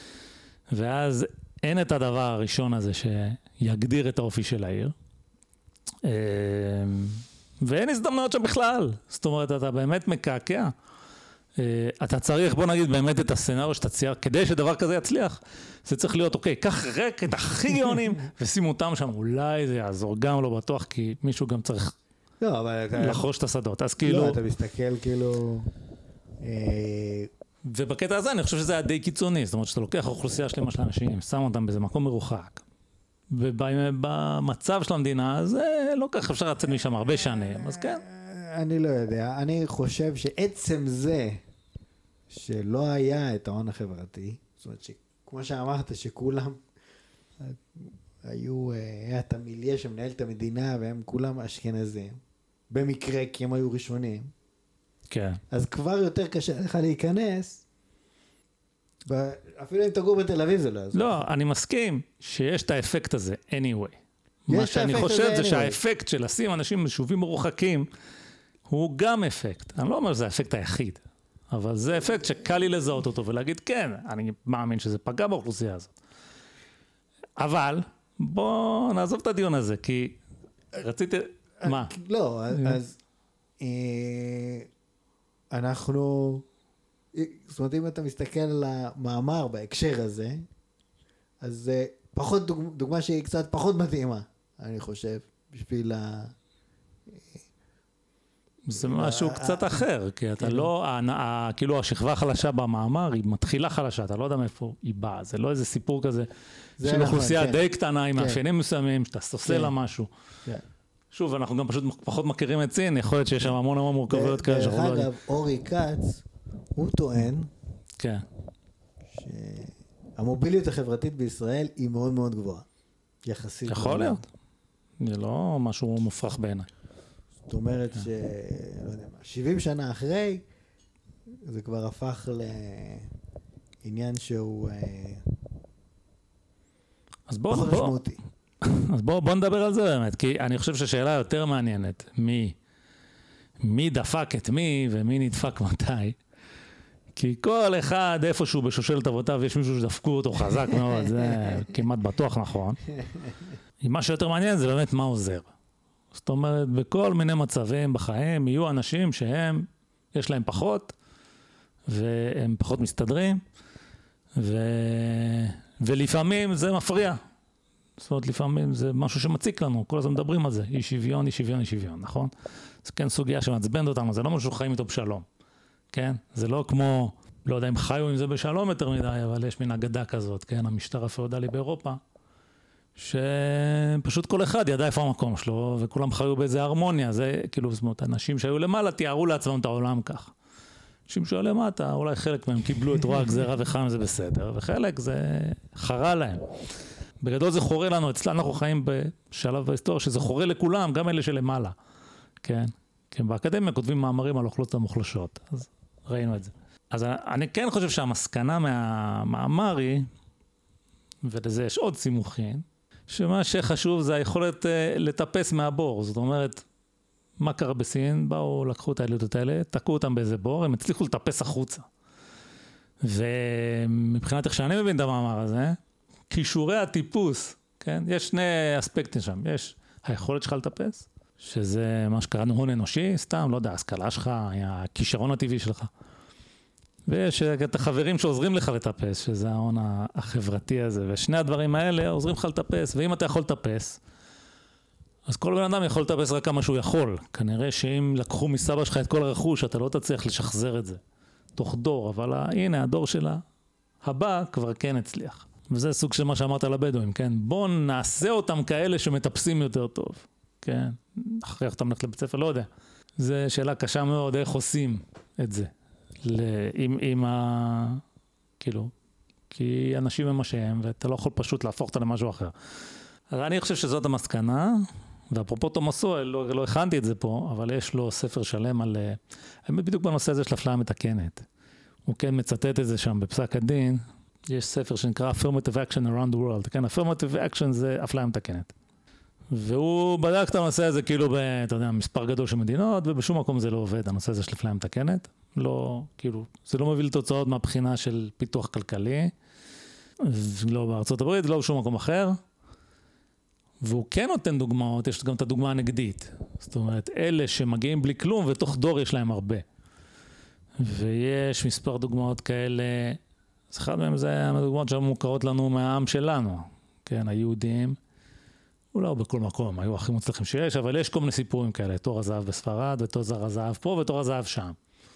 S1: ואז אין את הדבר הראשון הזה שיגדיר את האופי של העיר. ואין הזדמנויות שם בכלל. זאת אומרת, אתה באמת מקעקע. אתה צריך, בוא נגיד, באמת את הסצנריו שאתה צייר, כדי שדבר כזה יצליח. זה צריך להיות, אוקיי, קח רק את הכי גאונים, ושימו אותם שם, אולי זה יעזור, גם לא בטוח, כי מישהו גם צריך
S3: לא, אבל אתה...
S1: לחרוש את השדות. אז כאילו...
S3: לא, אתה מסתכל כאילו...
S1: ובקטע הזה אני חושב שזה היה די קיצוני, זאת אומרת שאתה לוקח אוכלוסייה שלמה של אנשים, שם אותם באיזה מקום מרוחק, ובמצב של המדינה זה לא כך אפשר לצאת משם הרבה שנים, אז כן.
S3: אני לא יודע, אני חושב שעצם זה שלא היה את ההון החברתי, זאת אומרת שכמו שאמרת שכולם היו, היה את המיליה שמנהל את המדינה והם כולם אשכנזים, במקרה כי הם היו ראשונים,
S1: כן.
S3: אז כבר יותר קשה לך להיכנס, אפילו אם תגור בתל אביב זה לא יעזור.
S1: לא, אני מסכים שיש את האפקט הזה, anyway. מה שאני חושב זה שהאפקט של לשים אנשים ביישובים מרוחקים, הוא גם אפקט. אני לא אומר שזה האפקט היחיד, אבל זה אפקט שקל לי לזהות אותו ולהגיד, כן, אני מאמין שזה פגע באוכלוסייה הזאת. אבל, בוא נעזוב את הדיון הזה, כי רציתי... מה?
S3: לא, אז... אנחנו, זאת אומרת, אם אתה מסתכל על המאמר בהקשר הזה, אז זה פחות דוגמה, דוגמה שהיא קצת פחות מתאימה, אני חושב, בשביל ה...
S1: זה משהו קצת אחר, כי אתה לא, כאילו השכבה החלשה במאמר, היא מתחילה חלשה, אתה לא יודע מאיפה היא באה, זה לא איזה סיפור כזה, של אוכלוסייה די קטנה, עם מאפיינים מסוימים, שאתה סוסה לה משהו. שוב, אנחנו גם פשוט פחות מכירים את סין, יכול להיות שיש שם המון המון מורכבויות כאלה.
S3: דרך אגב, אורי כץ, הוא טוען,
S1: כן.
S3: שהמוביליות החברתית בישראל היא מאוד מאוד גבוהה. יחסית.
S1: יכול להיות. זה לא משהו מופרך בעיניי.
S3: זאת אומרת ש... לא יודע מה, שבעים שנה אחרי, זה כבר הפך לעניין שהוא...
S1: אז בוא,
S3: פחות
S1: בוא.
S3: משמעותי.
S1: אז בוא, בוא נדבר על זה באמת, כי אני חושב שהשאלה יותר מעניינת, מי, מי דפק את מי ומי נדפק מתי. כי כל אחד איפשהו בשושלת אבותיו יש מישהו שדפקו אותו חזק מאוד, זה כמעט בטוח נכון. מה שיותר מעניין זה באמת מה עוזר. זאת אומרת, בכל מיני מצבים בחיים יהיו אנשים שהם, יש להם פחות, והם פחות מסתדרים, ו... ולפעמים זה מפריע. זאת אומרת, לפעמים זה משהו שמציק לנו, כל הזמן מדברים על זה, אי שוויון, אי שוויון, אי שוויון, נכון? זה כן סוגיה שמעצבנת אותנו, זה לא משהו שחיים איתו בשלום, כן? זה לא כמו, לא יודע אם חיו עם זה בשלום יותר מדי, אבל יש מין אגדה כזאת, כן? המשטר הפאודלי באירופה, שפשוט כל אחד ידע איפה המקום שלו, וכולם חיו באיזה הרמוניה, זה כאילו, זאת אומרת, אנשים שהיו למעלה תיארו לעצמם את העולם כך. אנשים שהיו למטה, אולי חלק מהם קיבלו את רוע הגזירה וחם זה בסדר, וחלק זה חרה להם. בגדול זה חורה לנו, אצלנו אנחנו חיים בשלב בהיסטוריה שזה חורה לכולם, גם אלה שלמעלה. כן? כן, באקדמיה כותבים מאמרים על אוכלוסיות המוחלשות, אז ראינו את זה. אז אני כן חושב שהמסקנה מהמאמר היא, ולזה יש עוד סימוכין, שמה שחשוב זה היכולת לטפס מהבור, זאת אומרת, מה קרה בסין? באו, לקחו את האליטות האלה, תקעו אותם באיזה בור, הם הצליחו לטפס החוצה. ומבחינת איך שאני מבין את המאמר הזה, כישורי הטיפוס, כן? יש שני אספקטים שם. יש היכולת שלך לטפס, שזה מה שקראנו הון אנושי, סתם, לא יודע, ההשכלה שלך, הכישרון הטבעי שלך. ויש את החברים שעוזרים לך לטפס, שזה ההון החברתי הזה. ושני הדברים האלה עוזרים לך לטפס, ואם אתה יכול לטפס, אז כל בן אדם יכול לטפס רק כמה שהוא יכול. כנראה שאם לקחו מסבא שלך את כל הרכוש, אתה לא תצליח לשחזר את זה. תוך דור, אבל הנה, הדור שלה, הבא כבר כן הצליח. וזה סוג של מה שאמרת על הבדואים, כן? בוא נעשה אותם כאלה שמטפסים יותר טוב, כן? אחרי אותם ללכת לבית ספר, לא יודע. זו שאלה קשה מאוד, איך עושים את זה. עם, עם ה... כאילו, כי אנשים הם מה שהם, ואתה לא יכול פשוט להפוך אותה למשהו אחר. אז אני חושב שזאת המסקנה, ואפרופו תומאסו, לא, לא הכנתי את זה פה, אבל יש לו ספר שלם על... האמת בדיוק בנושא הזה של הפליה מתקנת. הוא כן מצטט את זה שם בפסק הדין, יש ספר שנקרא Affirmative Action Around the World, כן, Affirmative Action זה הפליה מתקנת. והוא בדק את הנושא הזה כאילו ב, אתה יודע, מספר גדול של מדינות, ובשום מקום זה לא עובד, הנושא הזה של הפליה מתקנת. לא, כאילו, זה לא מביא לתוצאות מהבחינה של פיתוח כלכלי, לא בארצות הברית, לא בשום מקום אחר. והוא כן נותן דוגמאות, יש גם את הדוגמה הנגדית. זאת אומרת, אלה שמגיעים בלי כלום, ותוך דור יש להם הרבה. ויש מספר דוגמאות כאלה, אז אחד מהם זה הדוגמאות שמוכרות לנו מהעם שלנו, כן, היהודים, אולי לא בכל מקום, היו הכי מוצלחים שיש, אבל יש כל מיני סיפורים כאלה, תור הזהב בספרד, ותור הזהב פה, ותור הזהב שם.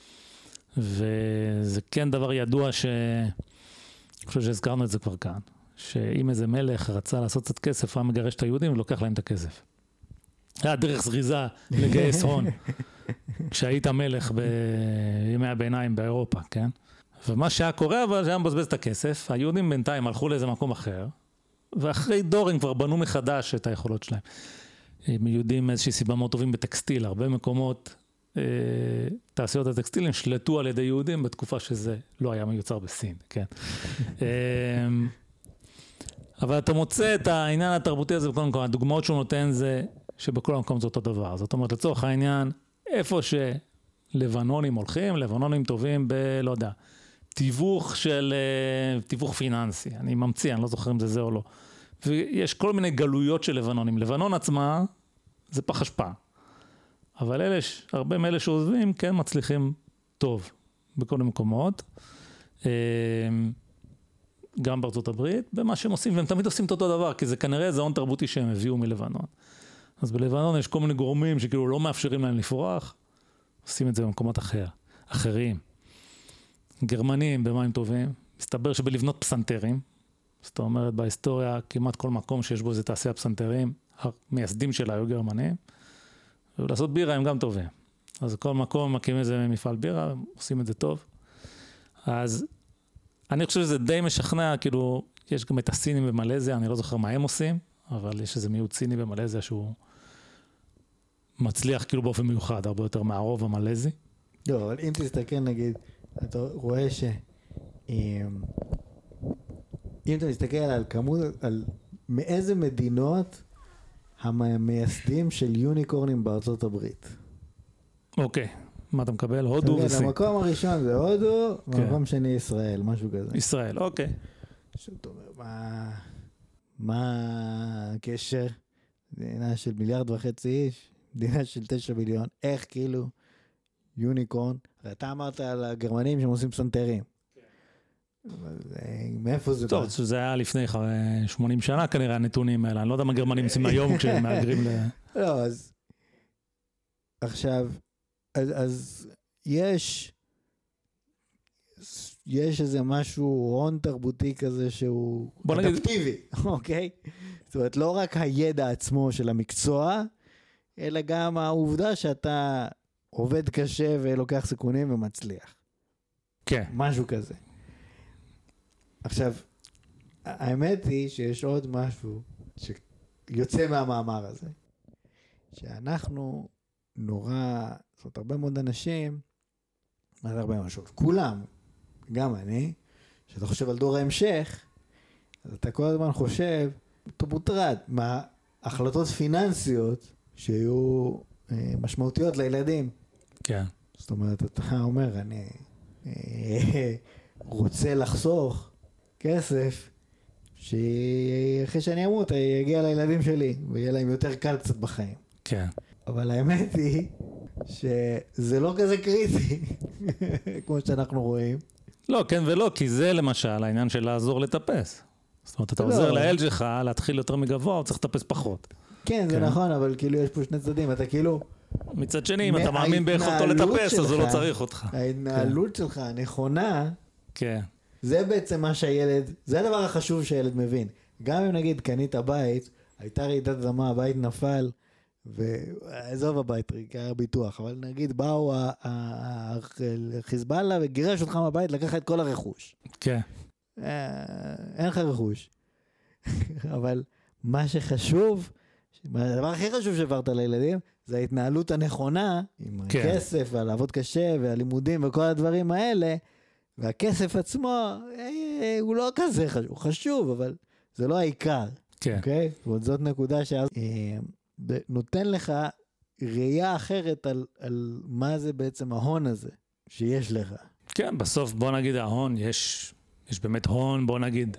S1: וזה כן דבר ידוע ש... אני חושב שהזכרנו את זה כבר כאן, שאם איזה מלך רצה לעשות קצת כסף, הוא מגרש את היהודים ולוקח להם את הכסף. היה דרך זריזה לגייס הון, כשהיית מלך בימי הביניים באירופה, כן? ומה שהיה קורה, אבל שהיה מבזבז את הכסף, היהודים בינתיים הלכו לאיזה מקום אחר, ואחרי דור הם כבר בנו מחדש את היכולות שלהם. הם יהודים איזושהי סיבה מאוד טובים בטקסטיל, הרבה מקומות, אה, תעשיות הטקסטיל נשלטו על ידי יהודים בתקופה שזה לא היה מיוצר בסין, כן? אה, אבל אתה מוצא את העניין התרבותי הזה בכל מקום, הדוגמאות שהוא נותן זה שבכל המקום זה אותו דבר. זאת אומרת, לצורך העניין, איפה שלבנונים הולכים, לבנונים טובים ב, לא יודע, תיווך של, תיווך פיננסי. אני ממציא, אני לא זוכר אם זה זה או לא. ויש כל מיני גלויות של לבנונים. לבנון עצמה זה פח אשפה. אבל אלה, הרבה מאלה שעוזבים כן מצליחים טוב בכל המקומות. גם בארצות הברית, במה שהם עושים, והם תמיד עושים את אותו דבר, כי זה כנראה זה הון תרבותי שהם הביאו מלבנון. אז בלבנון יש כל מיני גורמים שכאילו לא מאפשרים להם לפרוח, עושים את זה במקומות אחר, אחרים. גרמנים, במה הם טובים? מסתבר שבלבנות פסנתרים, זאת אומרת, בהיסטוריה, כמעט כל מקום שיש בו איזה תעשייה פסנתרים, המייסדים שלה היו גרמנים, ולעשות בירה הם גם טובים. אז כל מקום מקים איזה מפעל בירה, עושים את זה טוב. אז אני חושב שזה די משכנע, כאילו, יש גם את הסינים במלזיה, אני לא זוכר מה הם עושים, אבל יש איזה מיעוט סיני במלזיה שהוא מצליח כאילו באופן מיוחד, הרבה יותר מהרוב המלזי.
S3: לא, אבל אם תסתכל נגיד, אתה רואה ש... אם אתה מסתכל על כמות, על מאיזה מדינות המייסדים של יוניקורנים בארצות הברית?
S1: אוקיי, מה אתה מקבל? הודו וסין.
S3: המקום הראשון זה הודו, המקום שני ישראל, משהו כזה.
S1: ישראל, אוקיי.
S3: שאתה אומר, מה, מה הקשר? מדינה של מיליארד וחצי איש, מדינה של תשע מיליון, איך כאילו יוניקורן, אתה אמרת על הגרמנים שהם עושים פסנתרים. מאיפה זה בא?
S1: טוב, זה היה לפני שמונים שנה כנראה הנתונים האלה, אני לא יודע מה גרמנים עושים היום כשהם מאגרים ל...
S3: לא, אז עכשיו, אז יש יש איזה משהו הון תרבותי כזה שהוא אדפטיבי, אוקיי? זאת אומרת, לא רק הידע עצמו של המקצוע, אלא גם העובדה שאתה עובד קשה ולוקח סיכונים ומצליח.
S1: כן.
S3: משהו כזה. עכשיו, האמת היא שיש עוד משהו שיוצא מהמאמר הזה, שאנחנו נורא, זאת אומרת, הרבה מאוד אנשים, מה זה הרבה משהו? כולם, גם אני, שאתה חושב על דור ההמשך, אז אתה כל הזמן חושב, אתה מוטרד מההחלטות פיננסיות שיהיו אה, משמעותיות לילדים.
S1: כן.
S3: זאת אומרת, אתה אומר, אני אה, רוצה לחסוך כסף, שאחרי שאני אמות, יגיע לילדים שלי, ויהיה להם יותר קל קצת בחיים.
S1: כן.
S3: אבל האמת היא, שזה לא כזה קריטי, כמו שאנחנו רואים.
S1: לא, כן ולא, כי זה למשל העניין של לעזור לטפס. זאת אומרת, אתה עוזר לילד שלך להתחיל יותר מגבוה, הוא צריך לטפס פחות.
S3: כן, זה נכון, אבל כאילו יש פה שני צדדים, אתה כאילו...
S1: מצד שני, אם אתה מאמין ביכולתו לטפס, אז הוא לא צריך אותך.
S3: ההתנהלות שלך הנכונה,
S1: כן.
S3: זה בעצם מה שהילד, זה הדבר החשוב שהילד מבין. גם אם נגיד קנית הבית, הייתה רעידת אדמה, הבית נפל, ועזוב הבית, היה ביטוח, אבל נגיד באו החיזבאללה וגירש אותך מהבית, לקח את כל הרכוש.
S1: כן.
S3: אין לך רכוש. אבל מה שחשוב, הדבר הכי חשוב שעברת לילדים, זה ההתנהלות הנכונה, עם הכסף, והלעבוד קשה, והלימודים וכל הדברים האלה, והכסף עצמו, הוא לא כזה חשוב, הוא חשוב, אבל זה לא העיקר.
S1: כן.
S3: אוקיי? זאת נקודה שאז... נותן לך ראייה אחרת על, על מה זה בעצם ההון הזה שיש לך.
S1: כן, בסוף בוא נגיד ההון, יש, יש באמת הון, בוא נגיד.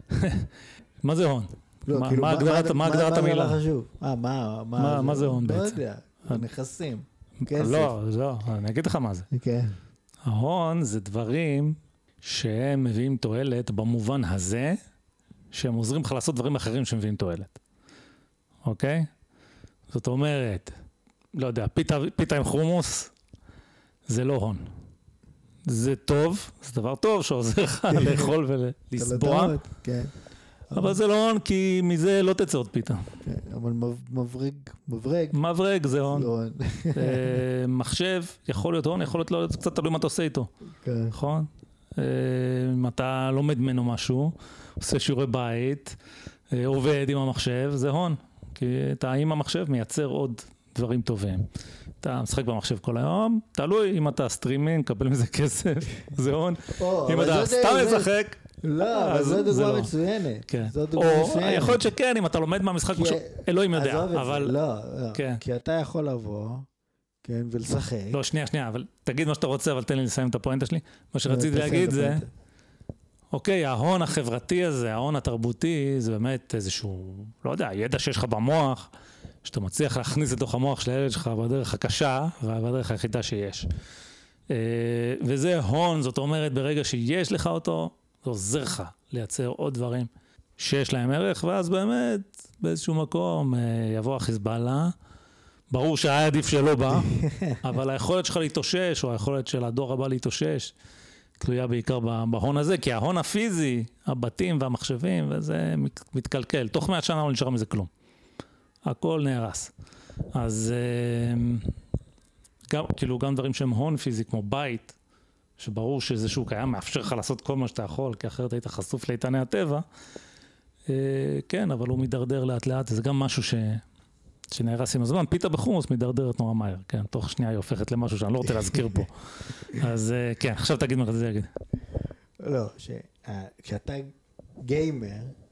S1: מה זה הון?
S3: לא,
S1: מה,
S3: כאילו,
S1: מה,
S3: מה,
S1: הגדרת,
S3: מה,
S1: מה הגדרת
S3: מה,
S1: המילה?
S3: מה חשוב? אה, מה, מה,
S1: מה,
S3: זה,
S1: מה זה הון
S3: לא
S1: בעצם?
S3: יודע, נכסים, כסף.
S1: לא, לא, אני אגיד לך מה זה.
S3: כן.
S1: ההון זה דברים שהם מביאים תועלת במובן הזה, שהם עוזרים לך לעשות דברים אחרים שמביאים תועלת. אוקיי? זאת אומרת, לא יודע, פיתה, פיתה עם חומוס, זה לא הון. זה טוב, זה דבר טוב שעוזר לך לאכול ולסבוע,
S3: כן.
S1: אבל זה לא הון כי מזה לא תצא עוד פיתה.
S3: כן, אבל מברג, מברג.
S1: מברג זה הון.
S3: לא הון.
S1: מחשב יכול להיות הון, יכול להיות לא, זה קצת תלוי מה אתה עושה איתו.
S3: כן.
S1: נכון? אם אתה לומד ממנו משהו, עושה שיעורי בית, עובד עם המחשב, זה הון. כי אתה עם המחשב מייצר עוד דברים טובים. אתה משחק במחשב כל היום, תלוי אם אתה סטרימינג, קבל מזה כסף, זה הון. אם אתה סתם משחק,
S3: לא, אבל זו דוגמה מצוינת.
S1: או יכול להיות שכן, אם אתה לומד מהמשחק, אלוהים יודע, אבל...
S3: לא, כי אתה יכול לבוא, כן, ולשחק.
S1: לא, שנייה, שנייה, אבל תגיד מה שאתה רוצה, אבל תן לי לסיים את הפואנטה שלי. מה שרציתי להגיד זה... אוקיי, ההון החברתי הזה, ההון התרבותי, זה באמת איזשהו, לא יודע, ידע שיש לך במוח, שאתה מצליח להכניס לתוך המוח של הילד שלך בדרך הקשה, ובדרך היחידה שיש. וזה הון, זאת אומרת, ברגע שיש לך אותו, זה עוזר לך לייצר עוד דברים שיש להם ערך, ואז באמת, באיזשהו מקום, יבוא החיזבאללה, ברור שהיה עדיף שלא בא, אבל היכולת שלך להתאושש, או היכולת של הדור הבא להתאושש, תלויה בעיקר בהון הזה, כי ההון הפיזי, הבתים והמחשבים, וזה מתקלקל. תוך מאה שנה לא נשאר מזה כלום. הכל נהרס. אז גם, כאילו, גם דברים שהם הון פיזי, כמו בית, שברור שזה שהוא קיים, מאפשר לך לעשות כל מה שאתה יכול, כי אחרת היית חשוף לאיתני הטבע. כן, אבל הוא מדרדר לאט לאט, זה גם משהו ש... שנהרס עם הזמן, פיתה בחומוס מדרדרת נורא מהר, כן, תוך שנייה היא הופכת למשהו שאני לא רוצה להזכיר פה. אז כן, עכשיו תגיד מה רציתי להגיד.
S3: לא, כשאתה גיימר,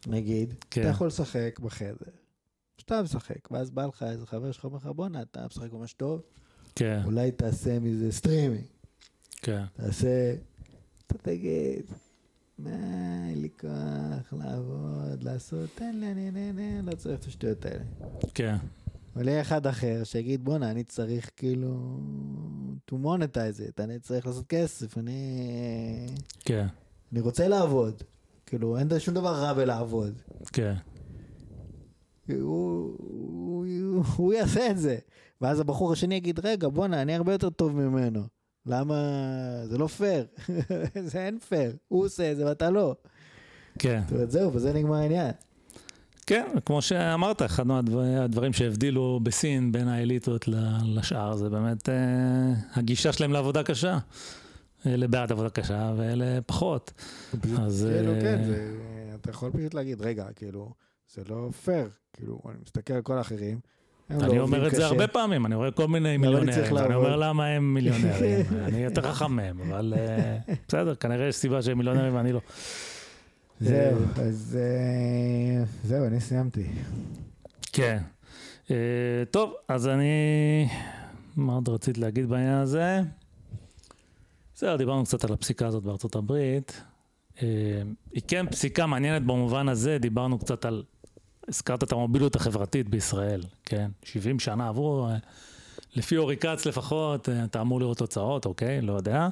S3: נגיד,
S1: כן.
S3: אתה יכול לשחק בחדר, שאתה משחק, ואז בא לך איזה חבר שלך אומר לך, בוא'נה, אתה משחק ממש טוב,
S1: כן,
S3: אולי תעשה מזה סטרימינג,
S1: כן,
S3: תעשה, אתה תגיד, מה, אין לי כוח לעבוד, לעשות, תן לי, אני נהנה, לא צריך את השטויות האלה.
S1: כן,
S3: אבל יהיה אחד אחר שיגיד, בוא'נה, אני צריך כאילו to monetize it, אני צריך לעשות כסף, אני,
S1: כן,
S3: אני רוצה לעבוד. כאילו, אין שום דבר רע בלעבוד.
S1: כן,
S3: הוא, הוא, הוא, הוא יעשה את זה. ואז הבחור השני יגיד, רגע, בוא'נה, אני הרבה יותר טוב ממנו. למה? זה לא פייר. זה אין פייר. הוא עושה את זה ואתה לא.
S1: כן.
S3: זאת אומרת, זהו, וזה נגמר העניין.
S1: כן, כמו שאמרת, אחד מהדברים שהבדילו בסין בין האליטות לשאר, זה באמת הגישה שלהם לעבודה קשה. אלה בעד עבודה קשה ואלה פחות. אז...
S3: כאילו, כן, אתה יכול פשוט להגיד, רגע, כאילו, זה לא פייר. כאילו, אני מסתכל על כל האחרים.
S1: אני אומר את זה הרבה פעמים, אני רואה כל מיני מיליונרים, ואני אומר למה הם מיליונרים. אני יותר חכם מהם, אבל בסדר, כנראה יש סיבה שהם מיליונרים ואני לא.
S3: זהו, אז זהו, אני סיימתי.
S1: כן. טוב, אז אני... מה עוד רצית להגיד בעניין הזה? בסדר, דיברנו קצת על הפסיקה הזאת בארצות הברית. היא כן פסיקה מעניינת במובן הזה, דיברנו קצת על... הזכרת את המוביליות החברתית בישראל, כן? שבעים שנה עברו, לפי אורי כץ לפחות, אתה אמור לראות תוצאות, אוקיי? לא יודע.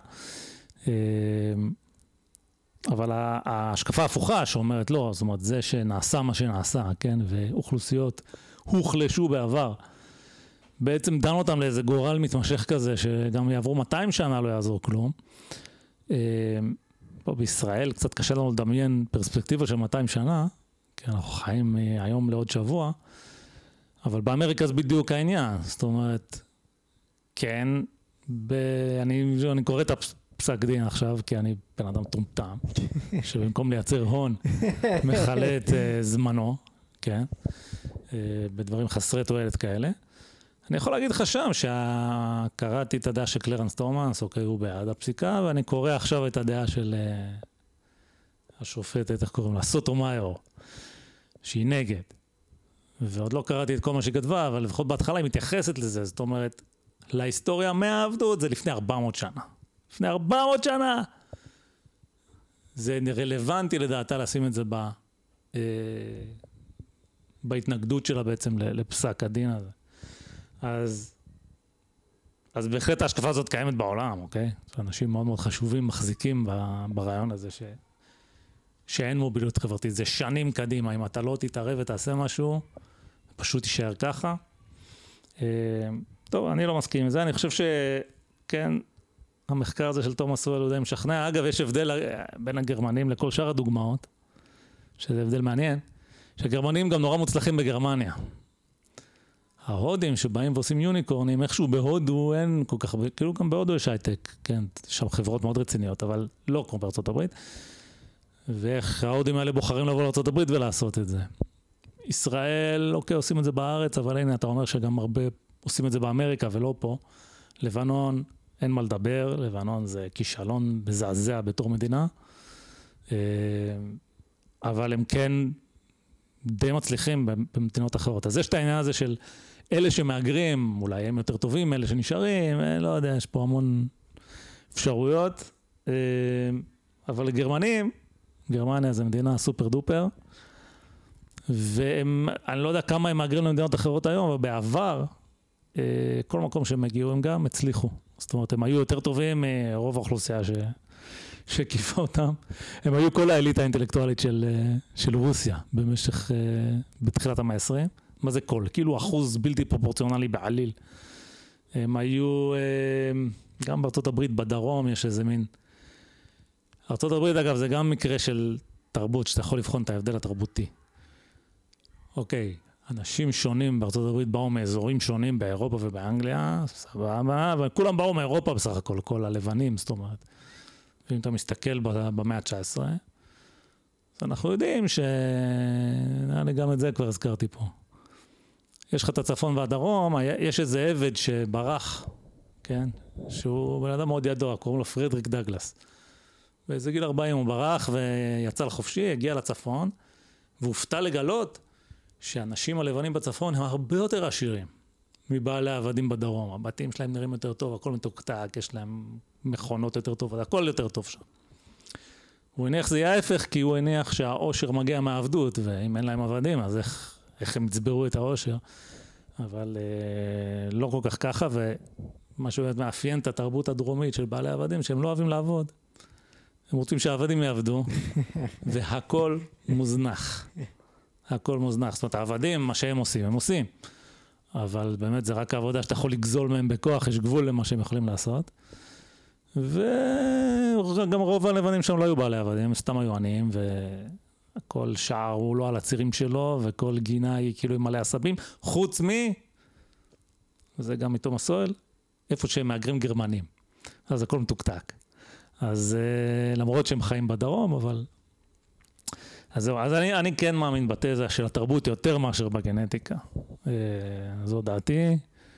S1: אבל ההשקפה ההפוכה שאומרת לא, זאת אומרת, זה שנעשה מה שנעשה, כן? ואוכלוסיות הוחלשו בעבר, בעצם דן אותם לאיזה גורל מתמשך כזה, שגם יעברו מאתיים שנה לא יעזור כלום. פה בישראל קצת קשה לנו לדמיין פרספקטיבה של מאתיים שנה, כי אנחנו חיים היום לעוד שבוע, אבל באמריקה זה בדיוק העניין. זאת אומרת, כן, ב... אני, אני קורא את הפסק דין עכשיו, כי אני בן אדם טומטם, שבמקום לייצר הון, מחלה את uh, זמנו, כן, uh, בדברים חסרי תועלת כאלה. אני יכול להגיד לך שם שקראתי את הדעה של קלרנס תומאס, אוקיי, הוא בעד הפסיקה, ואני קורא עכשיו את הדעה של uh, השופטת, איך קוראים לה, סוטומאיור, שהיא נגד. ועוד לא קראתי את כל מה שכתבה, אבל לפחות בהתחלה היא מתייחסת לזה. זאת אומרת, להיסטוריה מהעבדות זה לפני ארבע מאות שנה. לפני ארבע מאות שנה! זה רלוונטי לדעתה לשים את זה ב, אה, בהתנגדות שלה בעצם לפסק הדין הזה. אז, אז בהחלט ההשקפה הזאת קיימת בעולם, אוקיי? אנשים מאוד מאוד חשובים מחזיקים ברעיון הזה ש... שאין מוביליות חברתית, זה שנים קדימה, אם אתה לא תתערב ותעשה משהו, פשוט תישאר ככה. טוב, אני לא מסכים עם זה, אני חושב שכן, המחקר הזה של תומאס סואל הוא די משכנע. אגב, יש הבדל בין הגרמנים לכל שאר הדוגמאות, שזה הבדל מעניין, שהגרמנים גם נורא מוצלחים בגרמניה. ההודים שבאים ועושים יוניקורנים, איכשהו בהודו אין כל כך, כאילו גם בהודו יש הייטק, כן, שם חברות מאוד רציניות, אבל לא כמו בארצות הברית. ואיך ההודים האלה בוחרים לבוא לארצות הברית ולעשות את זה. ישראל, אוקיי, עושים את זה בארץ, אבל הנה, אתה אומר שגם הרבה עושים את זה באמריקה ולא פה. לבנון, אין מה לדבר, לבנון זה כישלון מזעזע בתור מדינה, אבל הם כן די מצליחים במדינות אחרות. אז יש את העניין הזה של אלה שמאגרים, אולי הם יותר טובים, אלה שנשארים, לא יודע, יש פה המון אפשרויות, אבל לגרמנים, גרמניה זה מדינה סופר דופר, והם, אני לא יודע כמה הם מאגרים למדינות אחרות היום, אבל בעבר, כל מקום שהם הגיעו הם גם הצליחו. זאת אומרת, הם היו יותר טובים מרוב האוכלוסייה ש... שקיפה אותם. הם היו כל האליטה האינטלקטואלית של, של רוסיה במשך, בתחילת המאה העשרים. מה זה כל? כאילו אחוז בלתי פרופורציונלי בעליל. הם היו, גם בארצות הברית, בדרום יש איזה מין... ארצות הברית, אגב, זה גם מקרה של תרבות, שאתה יכול לבחון את ההבדל התרבותי. אוקיי, אנשים שונים בארצות הברית באו מאזורים שונים באירופה ובאנגליה, סבבה, אבל כולם באו מאירופה בסך הכל, כל הלבנים, זאת אומרת. ואם אתה מסתכל במאה ה-תשע עשרה, אז אנחנו יודעים ש... אני גם את זה כבר הזכרתי פה. יש לך את הצפון והדרום, יש איזה עבד שברח, כן? שהוא בן אדם מאוד ידוע, קוראים לו פרדריק דגלס. באיזה גיל ארבעים הוא ברח ויצא לחופשי, הגיע לצפון, והופתע לגלות שאנשים הלבנים בצפון הם הרבה יותר עשירים מבעלי העבדים בדרום. הבתים שלהם נראים יותר טוב, הכל מתוקתק, יש להם מכונות יותר טובות, הכל יותר טוב שם. הוא הניח זה יהיה ההפך, כי הוא הניח שהאושר מגיע מהעבדות, ואם אין להם עבדים, אז איך, איך הם יצברו את האושר? אבל אה, לא כל כך ככה, ומה שבאמת מאפיין את התרבות הדרומית של בעלי העבדים, שהם לא אוהבים לעבוד. הם רוצים שהעבדים יעבדו, והכל מוזנח. הכל מוזנח. זאת אומרת, העבדים, מה שהם עושים, הם עושים. אבל באמת זה רק העבודה שאתה יכול לגזול מהם בכוח, יש גבול למה שהם יכולים לעשות. וגם רוב הלבנים שם לא היו בעלי עבדים, הם סתם היו עניים, וכל שער הוא לא על הצירים שלו, וכל גינה היא כאילו עם מלא עשבים, חוץ מ... וזה גם איתו מסואל, איפה שהם מאגרים גרמנים. אז הכל מתוקתק. אז למרות שהם חיים בדרום, אבל... אז זהו, אז אני, אני כן מאמין בתזה של התרבות יותר מאשר בגנטיקה. זו דעתי.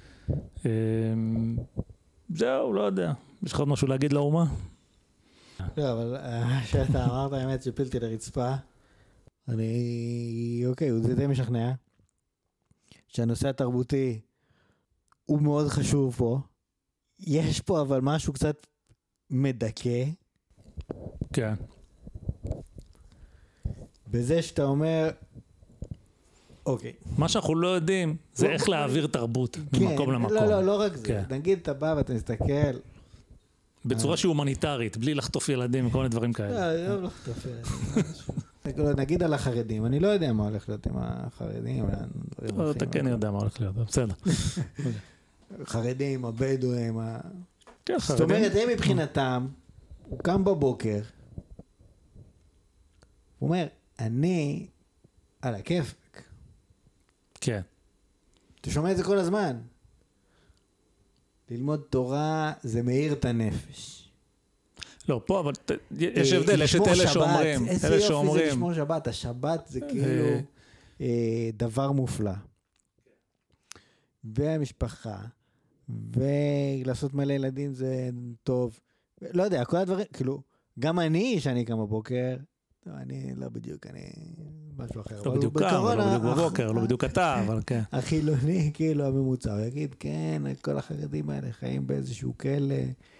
S1: זהו, לא יודע. יש לך עוד משהו להגיד לאומה?
S3: לא, אבל שאתה אמרת האמת שפילתי לרצפה, אני, אוקיי, זה די משכנע, שהנושא התרבותי הוא מאוד חשוב פה. יש פה אבל משהו קצת מדכא.
S1: כן.
S3: בזה שאתה אומר, אוקיי.
S1: מה שאנחנו לא יודעים, זה איך להעביר תרבות ממקום למקום.
S3: לא, לא, לא רק זה. נגיד אתה בא ואתה מסתכל.
S1: בצורה שהיא הומניטרית, בלי לחטוף ילדים וכל מיני דברים כאלה.
S3: לא, לא לחטוף ילדים. נגיד על החרדים, אני לא יודע מה הולך להיות עם החרדים.
S1: אתה כן יודע מה הולך להיות, בסדר.
S3: חרדים, הבדואים. זאת אומרת, הם מבחינתם, הוא קם בבוקר, הוא אומר, אני על הכיפק.
S1: כן.
S3: אתה שומע את זה כל הזמן. ללמוד תורה זה מאיר את הנפש.
S1: לא, פה, אבל יש הבדל, יש את אלה שאומרים.
S3: איזה יופי זה לשמור שבת. השבת זה כאילו דבר מופלא. והמשפחה, ולעשות מלא ילדים זה טוב. לא יודע, כל הדברים, כאילו, גם אני, שאני קם בבוקר, אני לא בדיוק, אני משהו אחר.
S1: לא בדיוק קם, לא בדיוק בבוקר, לא בדיוק אתה, אבל כן.
S3: החילוני, כאילו, הממוצע, הוא יגיד, כן, כל החרדים האלה חיים באיזשהו כלא,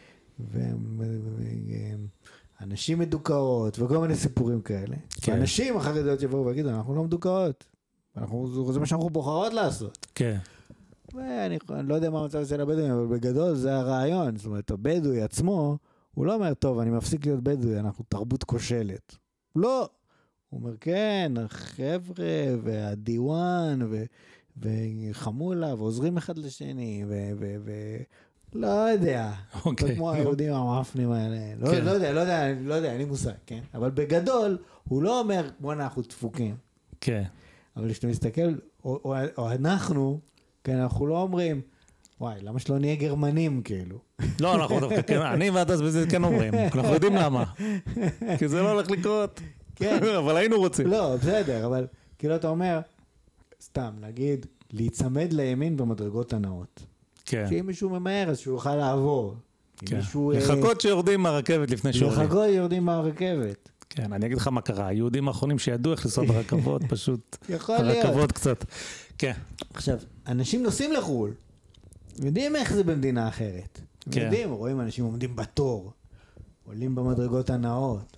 S3: ואנשים מדוכאות, וכל מיני סיפורים כאלה. ואנשים החרדיות יבואו ויגידו, אנחנו לא מדוכאות. זה מה שאנחנו בוחרות לעשות.
S1: כן.
S3: ואני לא יודע מה המצב אצל הבדואים, אבל בגדול זה הרעיון. זאת אומרת, הבדואי עצמו, הוא לא אומר, טוב, אני מפסיק להיות בדואי, אנחנו תרבות כושלת. לא. הוא אומר, כן, החבר'ה, והדיוואן, וחמולה, ועוזרים אחד לשני, לא יודע. כמו היהודים המאפנים האלה. לא יודע, לא יודע, לא יודע, אין לי מושג, כן? אבל בגדול, הוא לא אומר, בוא אנחנו דפוקים.
S1: כן.
S3: אבל כשאתה מסתכל, או אנחנו, כן, אנחנו לא אומרים, וואי, למה שלא נהיה גרמנים, כאילו?
S1: לא, אנחנו דווקא, כן, אני ואתה בזה כן אומרים, אנחנו יודעים למה. כי זה לא הולך לקרות.
S3: כן.
S1: אבל היינו רוצים.
S3: לא, בסדר, אבל כאילו אתה אומר, סתם, נגיד, להיצמד לימין במדרגות הנאות.
S1: כן.
S3: שאם מישהו ממהר, אז שהוא יוכל לעבור.
S1: כן. לחכות שיורדים מהרכבת לפני שיורדים.
S3: לחכות שיורדים מהרכבת.
S1: כן, אני אגיד לך מה קרה. היהודים האחרונים שידעו איך לנסוע ברכבות, פשוט.
S3: יכול להיות.
S1: הרכבות קצת. כן.
S3: עכשיו, אנשים נוסעים לחו"ל, יודעים איך זה במדינה אחרת.
S1: כן.
S3: יודעים, רואים אנשים עומדים בתור, עולים במדרגות הנאות.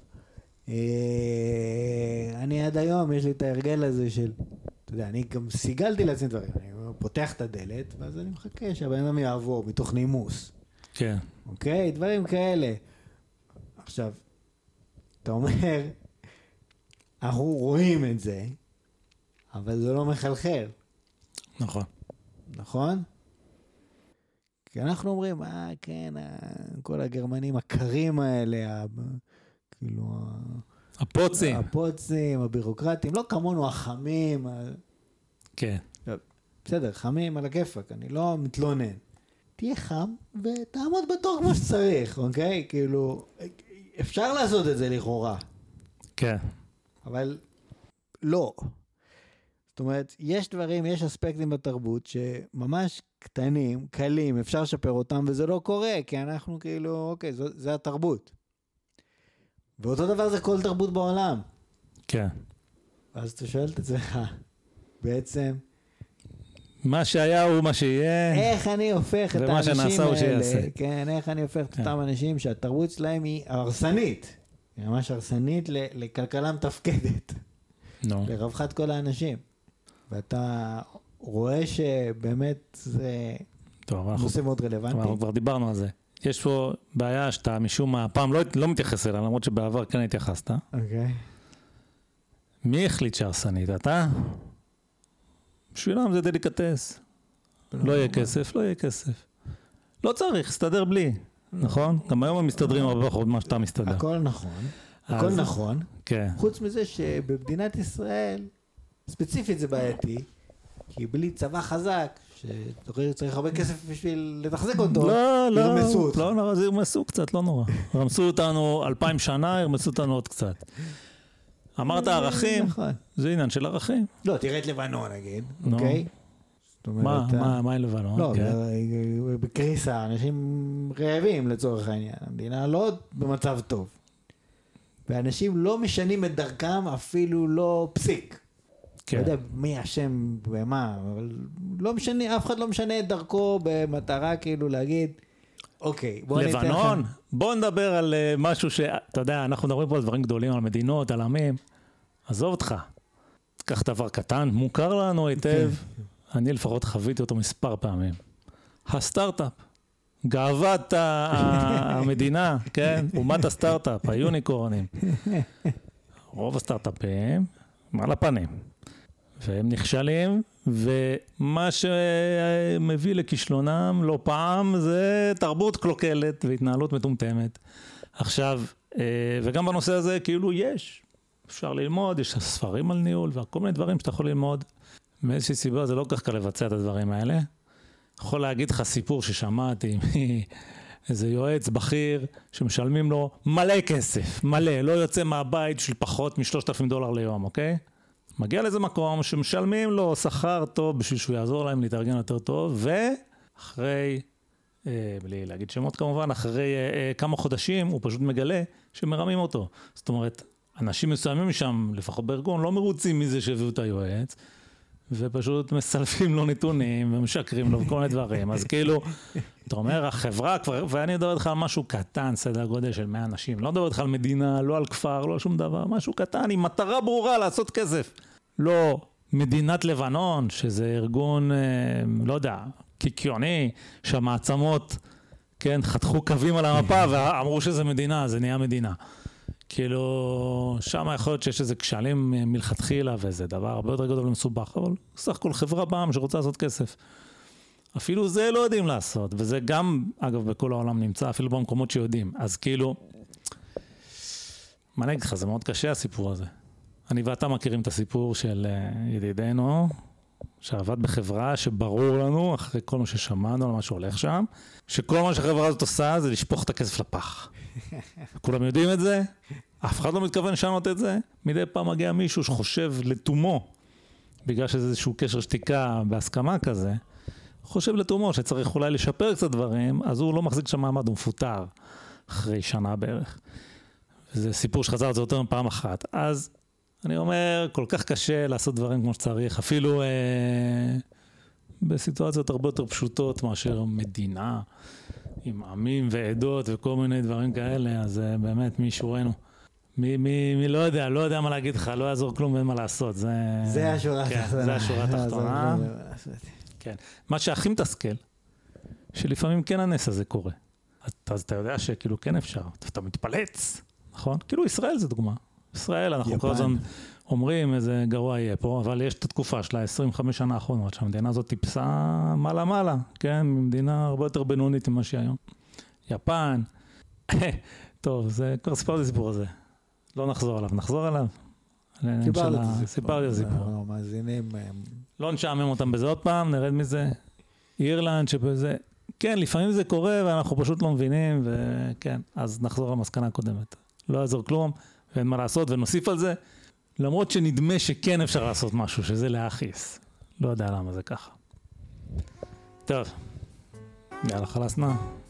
S3: אני עד היום, יש לי את ההרגל הזה של, אתה יודע, אני גם סיגלתי לעצמי דברים. אני פותח את הדלת, ואז אני מחכה שהבן אדם יעבור מתוך נימוס.
S1: כן.
S3: אוקיי? דברים כאלה. עכשיו, אתה אומר, אנחנו רואים את זה, אבל זה לא מחלחל.
S1: נכון.
S3: נכון? כי אנחנו אומרים, אה, כן, כל הגרמנים הקרים האלה, כאילו...
S1: הפוצים.
S3: הפוצים, הבירוקרטים, לא כמונו החמים.
S1: כן.
S3: בסדר, חמים על הכיפק, אני לא מתלונן. תהיה חם ותעמוד בתור כמו שצריך, אוקיי? כאילו, אפשר לעשות את זה לכאורה.
S1: כן.
S3: אבל לא. זאת אומרת, יש דברים, יש אספקטים בתרבות שממש קטנים, קלים, אפשר לשפר אותם, וזה לא קורה, כי אנחנו כאילו, אוקיי, זו, זה התרבות. ואותו דבר זה כל תרבות בעולם.
S1: כן.
S3: אז אתה שואל את עצמך, בעצם,
S1: מה שהיה הוא מה שיהיה.
S3: איך אני הופך את
S1: ומה
S3: האנשים
S1: שנעשה הוא שיעשה.
S3: האלה, כן, איך אני הופך את
S1: כן.
S3: אותם אנשים שהתרבות שלהם היא הרסנית, היא ממש הרסנית ל- לכלכלה מתפקדת,
S1: נו.
S3: לרווחת כל האנשים. ואתה רואה שבאמת זה
S1: טוב, אנחנו
S3: נושא מאוד רלוונטי.
S1: אנחנו כבר דיברנו על זה. יש פה בעיה שאתה משום מה, הפעם לא, לא מתייחס אליה, למרות שבעבר כן התייחסת.
S3: אוקיי.
S1: מי החליט שהרסנית? אתה? בשבילם זה דליקטס. לא יהיה כסף, לא יהיה כסף. לא צריך, סתדר בלי. נכון? גם היום הם מסתדרים הרבה פחות ממה שאתה מסתדר.
S3: הכל נכון, הכל
S1: אז-
S3: נכון.
S1: כן.
S3: חוץ מזה שבמדינת ישראל, ספציפית זה בעייתי, כי בלי צבא חזק, שצריך הרבה כסף בשביל לתחזק אותו,
S1: לא, לא,
S3: ירמסו אותך.
S1: לא נורא, זה ירמסו קצת, לא נורא. רמסו אותנו אלפיים שנה, ירמסו אותנו עוד קצת. אמרת ערכים,
S3: נכון.
S1: זה עניין של ערכים.
S3: לא, תראה את לבנון נגיד,
S1: נו.
S3: אוקיי? זאת אומרת,
S1: מה,
S3: אה,
S1: מה, מה עם לבנון?
S3: לא,
S1: כן.
S3: ב- בקריסה, אנשים רעבים לצורך העניין, המדינה לא במצב טוב. ואנשים לא משנים את דרכם אפילו לא פסיק. לא
S1: כן.
S3: יודע מי אשם ומה, אבל לא משנה, אף אחד לא משנה את דרכו במטרה כאילו להגיד, אוקיי, בוא אני אתן לך...
S1: לבנון? בוא נדבר על אה, משהו ש... אתה יודע, אנחנו מדברים פה על דברים גדולים, על מדינות, על עמים. עזוב אותך. קח דבר קטן, מוכר לנו היטב. אני לפחות חוויתי אותו מספר פעמים. הסטארט-אפ. גאוות ה- המדינה, כן? אומת הסטארט-אפ, היוניקורנים. רוב הסטארט-אפים, מעל הפנים. והם נכשלים, ומה שמביא לכישלונם לא פעם זה תרבות קלוקלת והתנהלות מטומטמת. עכשיו, אה, וגם בנושא הזה כאילו יש, אפשר ללמוד, יש ספרים על ניהול וכל מיני דברים שאתה יכול ללמוד. מאיזושהי סיבה זה לא כל כך קל לבצע את הדברים האלה. יכול להגיד לך סיפור ששמעתי מאיזה יועץ בכיר שמשלמים לו מלא כסף, מלא, לא יוצא מהבית של פחות משלושת אלפים דולר ליום, אוקיי? מגיע לאיזה מקום שמשלמים לו שכר טוב בשביל שהוא יעזור להם להתארגן יותר טוב, ואחרי, אה, בלי להגיד שמות כמובן, אחרי אה, אה, כמה חודשים הוא פשוט מגלה שמרמים אותו. זאת אומרת, אנשים מסוימים שם, לפחות בארגון, לא מרוצים מזה שהביאו את היועץ, ופשוט מסלפים לו נתונים ומשקרים לו וכל מיני דברים. אז כאילו, אתה אומר, החברה כבר, ואני מדבר איתך על משהו קטן, סדר גודל של מאה אנשים, לא מדבר איתך על מדינה, לא על כפר, לא שום דבר, משהו קטן, עם מטרה ברורה לעשות כסף. לא מדינת לבנון, שזה ארגון, אה, לא יודע, קיקיוני, שהמעצמות, כן, חתכו קווים על המפה ואמרו שזה מדינה, זה נהיה מדינה. כאילו, שם יכול להיות שיש איזה כשלים מלכתחילה, וזה דבר הרבה יותר גדול ומסובך, אבל סך הכל חברה בעם שרוצה לעשות כסף. אפילו זה לא יודעים לעשות, וזה גם, אגב, בכל העולם נמצא, אפילו במקומות שיודעים. אז כאילו, מה נגיד לך, זה מאוד קשה הסיפור הזה. אני ואתה מכירים את הסיפור של ידידנו, שעבד בחברה שברור לנו, אחרי כל מה ששמענו על מה שהולך שם, שכל מה שהחברה הזאת עושה זה לשפוך את הכסף לפח. כולם יודעים את זה, אף אחד לא מתכוון לשנות את זה, מדי פעם מגיע מישהו שחושב לתומו, בגלל שזה איזשהו קשר שתיקה בהסכמה כזה, חושב לתומו שצריך אולי לשפר קצת דברים, אז הוא לא מחזיק שם מעמד, הוא מפוטר אחרי שנה בערך. וזה סיפור שחזר את זה יותר מפעם אחת. אז אני אומר, כל כך קשה לעשות דברים כמו שצריך, אפילו אה, בסיטואציות הרבה יותר פשוטות מאשר מדינה, עם עמים ועדות וכל מיני דברים כאלה, אז אה, באמת מי ישורנו. מי, מי, מי לא יודע, לא יודע מה להגיד לך, לא יעזור כלום ואין מה לעשות. זה,
S3: זה השורה
S1: כן,
S3: התחתונה.
S1: זה השורה התחתונה. כן. מה שהכי מתסכל, שלפעמים כן הנס הזה קורה. אז אתה יודע שכאילו כן אפשר, אתה מתפלץ, נכון? כאילו ישראל זה דוגמה. ישראל, אנחנו כל הזמן אומרים איזה גרוע יהיה פה, אבל יש את התקופה שלה, עשרים וחמש שנה האחרונות, שהמדינה הזאת טיפסה מעלה מעלה, כן? מדינה הרבה יותר בינונית ממה שהיא היום. יפן, טוב, זה כבר סיפרתי סיפור הזה. לא נחזור עליו, נחזור עליו.
S3: סיפרתי את
S1: סיפרתי את הסיפור.
S3: מאזינים...
S1: לא נשעמם אותם בזה עוד פעם, נרד מזה. אירלנד שבזה, כן, לפעמים זה קורה ואנחנו פשוט לא מבינים, וכן, אז נחזור למסקנה הקודמת. לא יעזור כלום, ואין מה לעשות, ונוסיף על זה, למרות שנדמה שכן אפשר לעשות משהו, שזה להכיס. לא יודע למה זה ככה. טוב, יאללה חלסנה.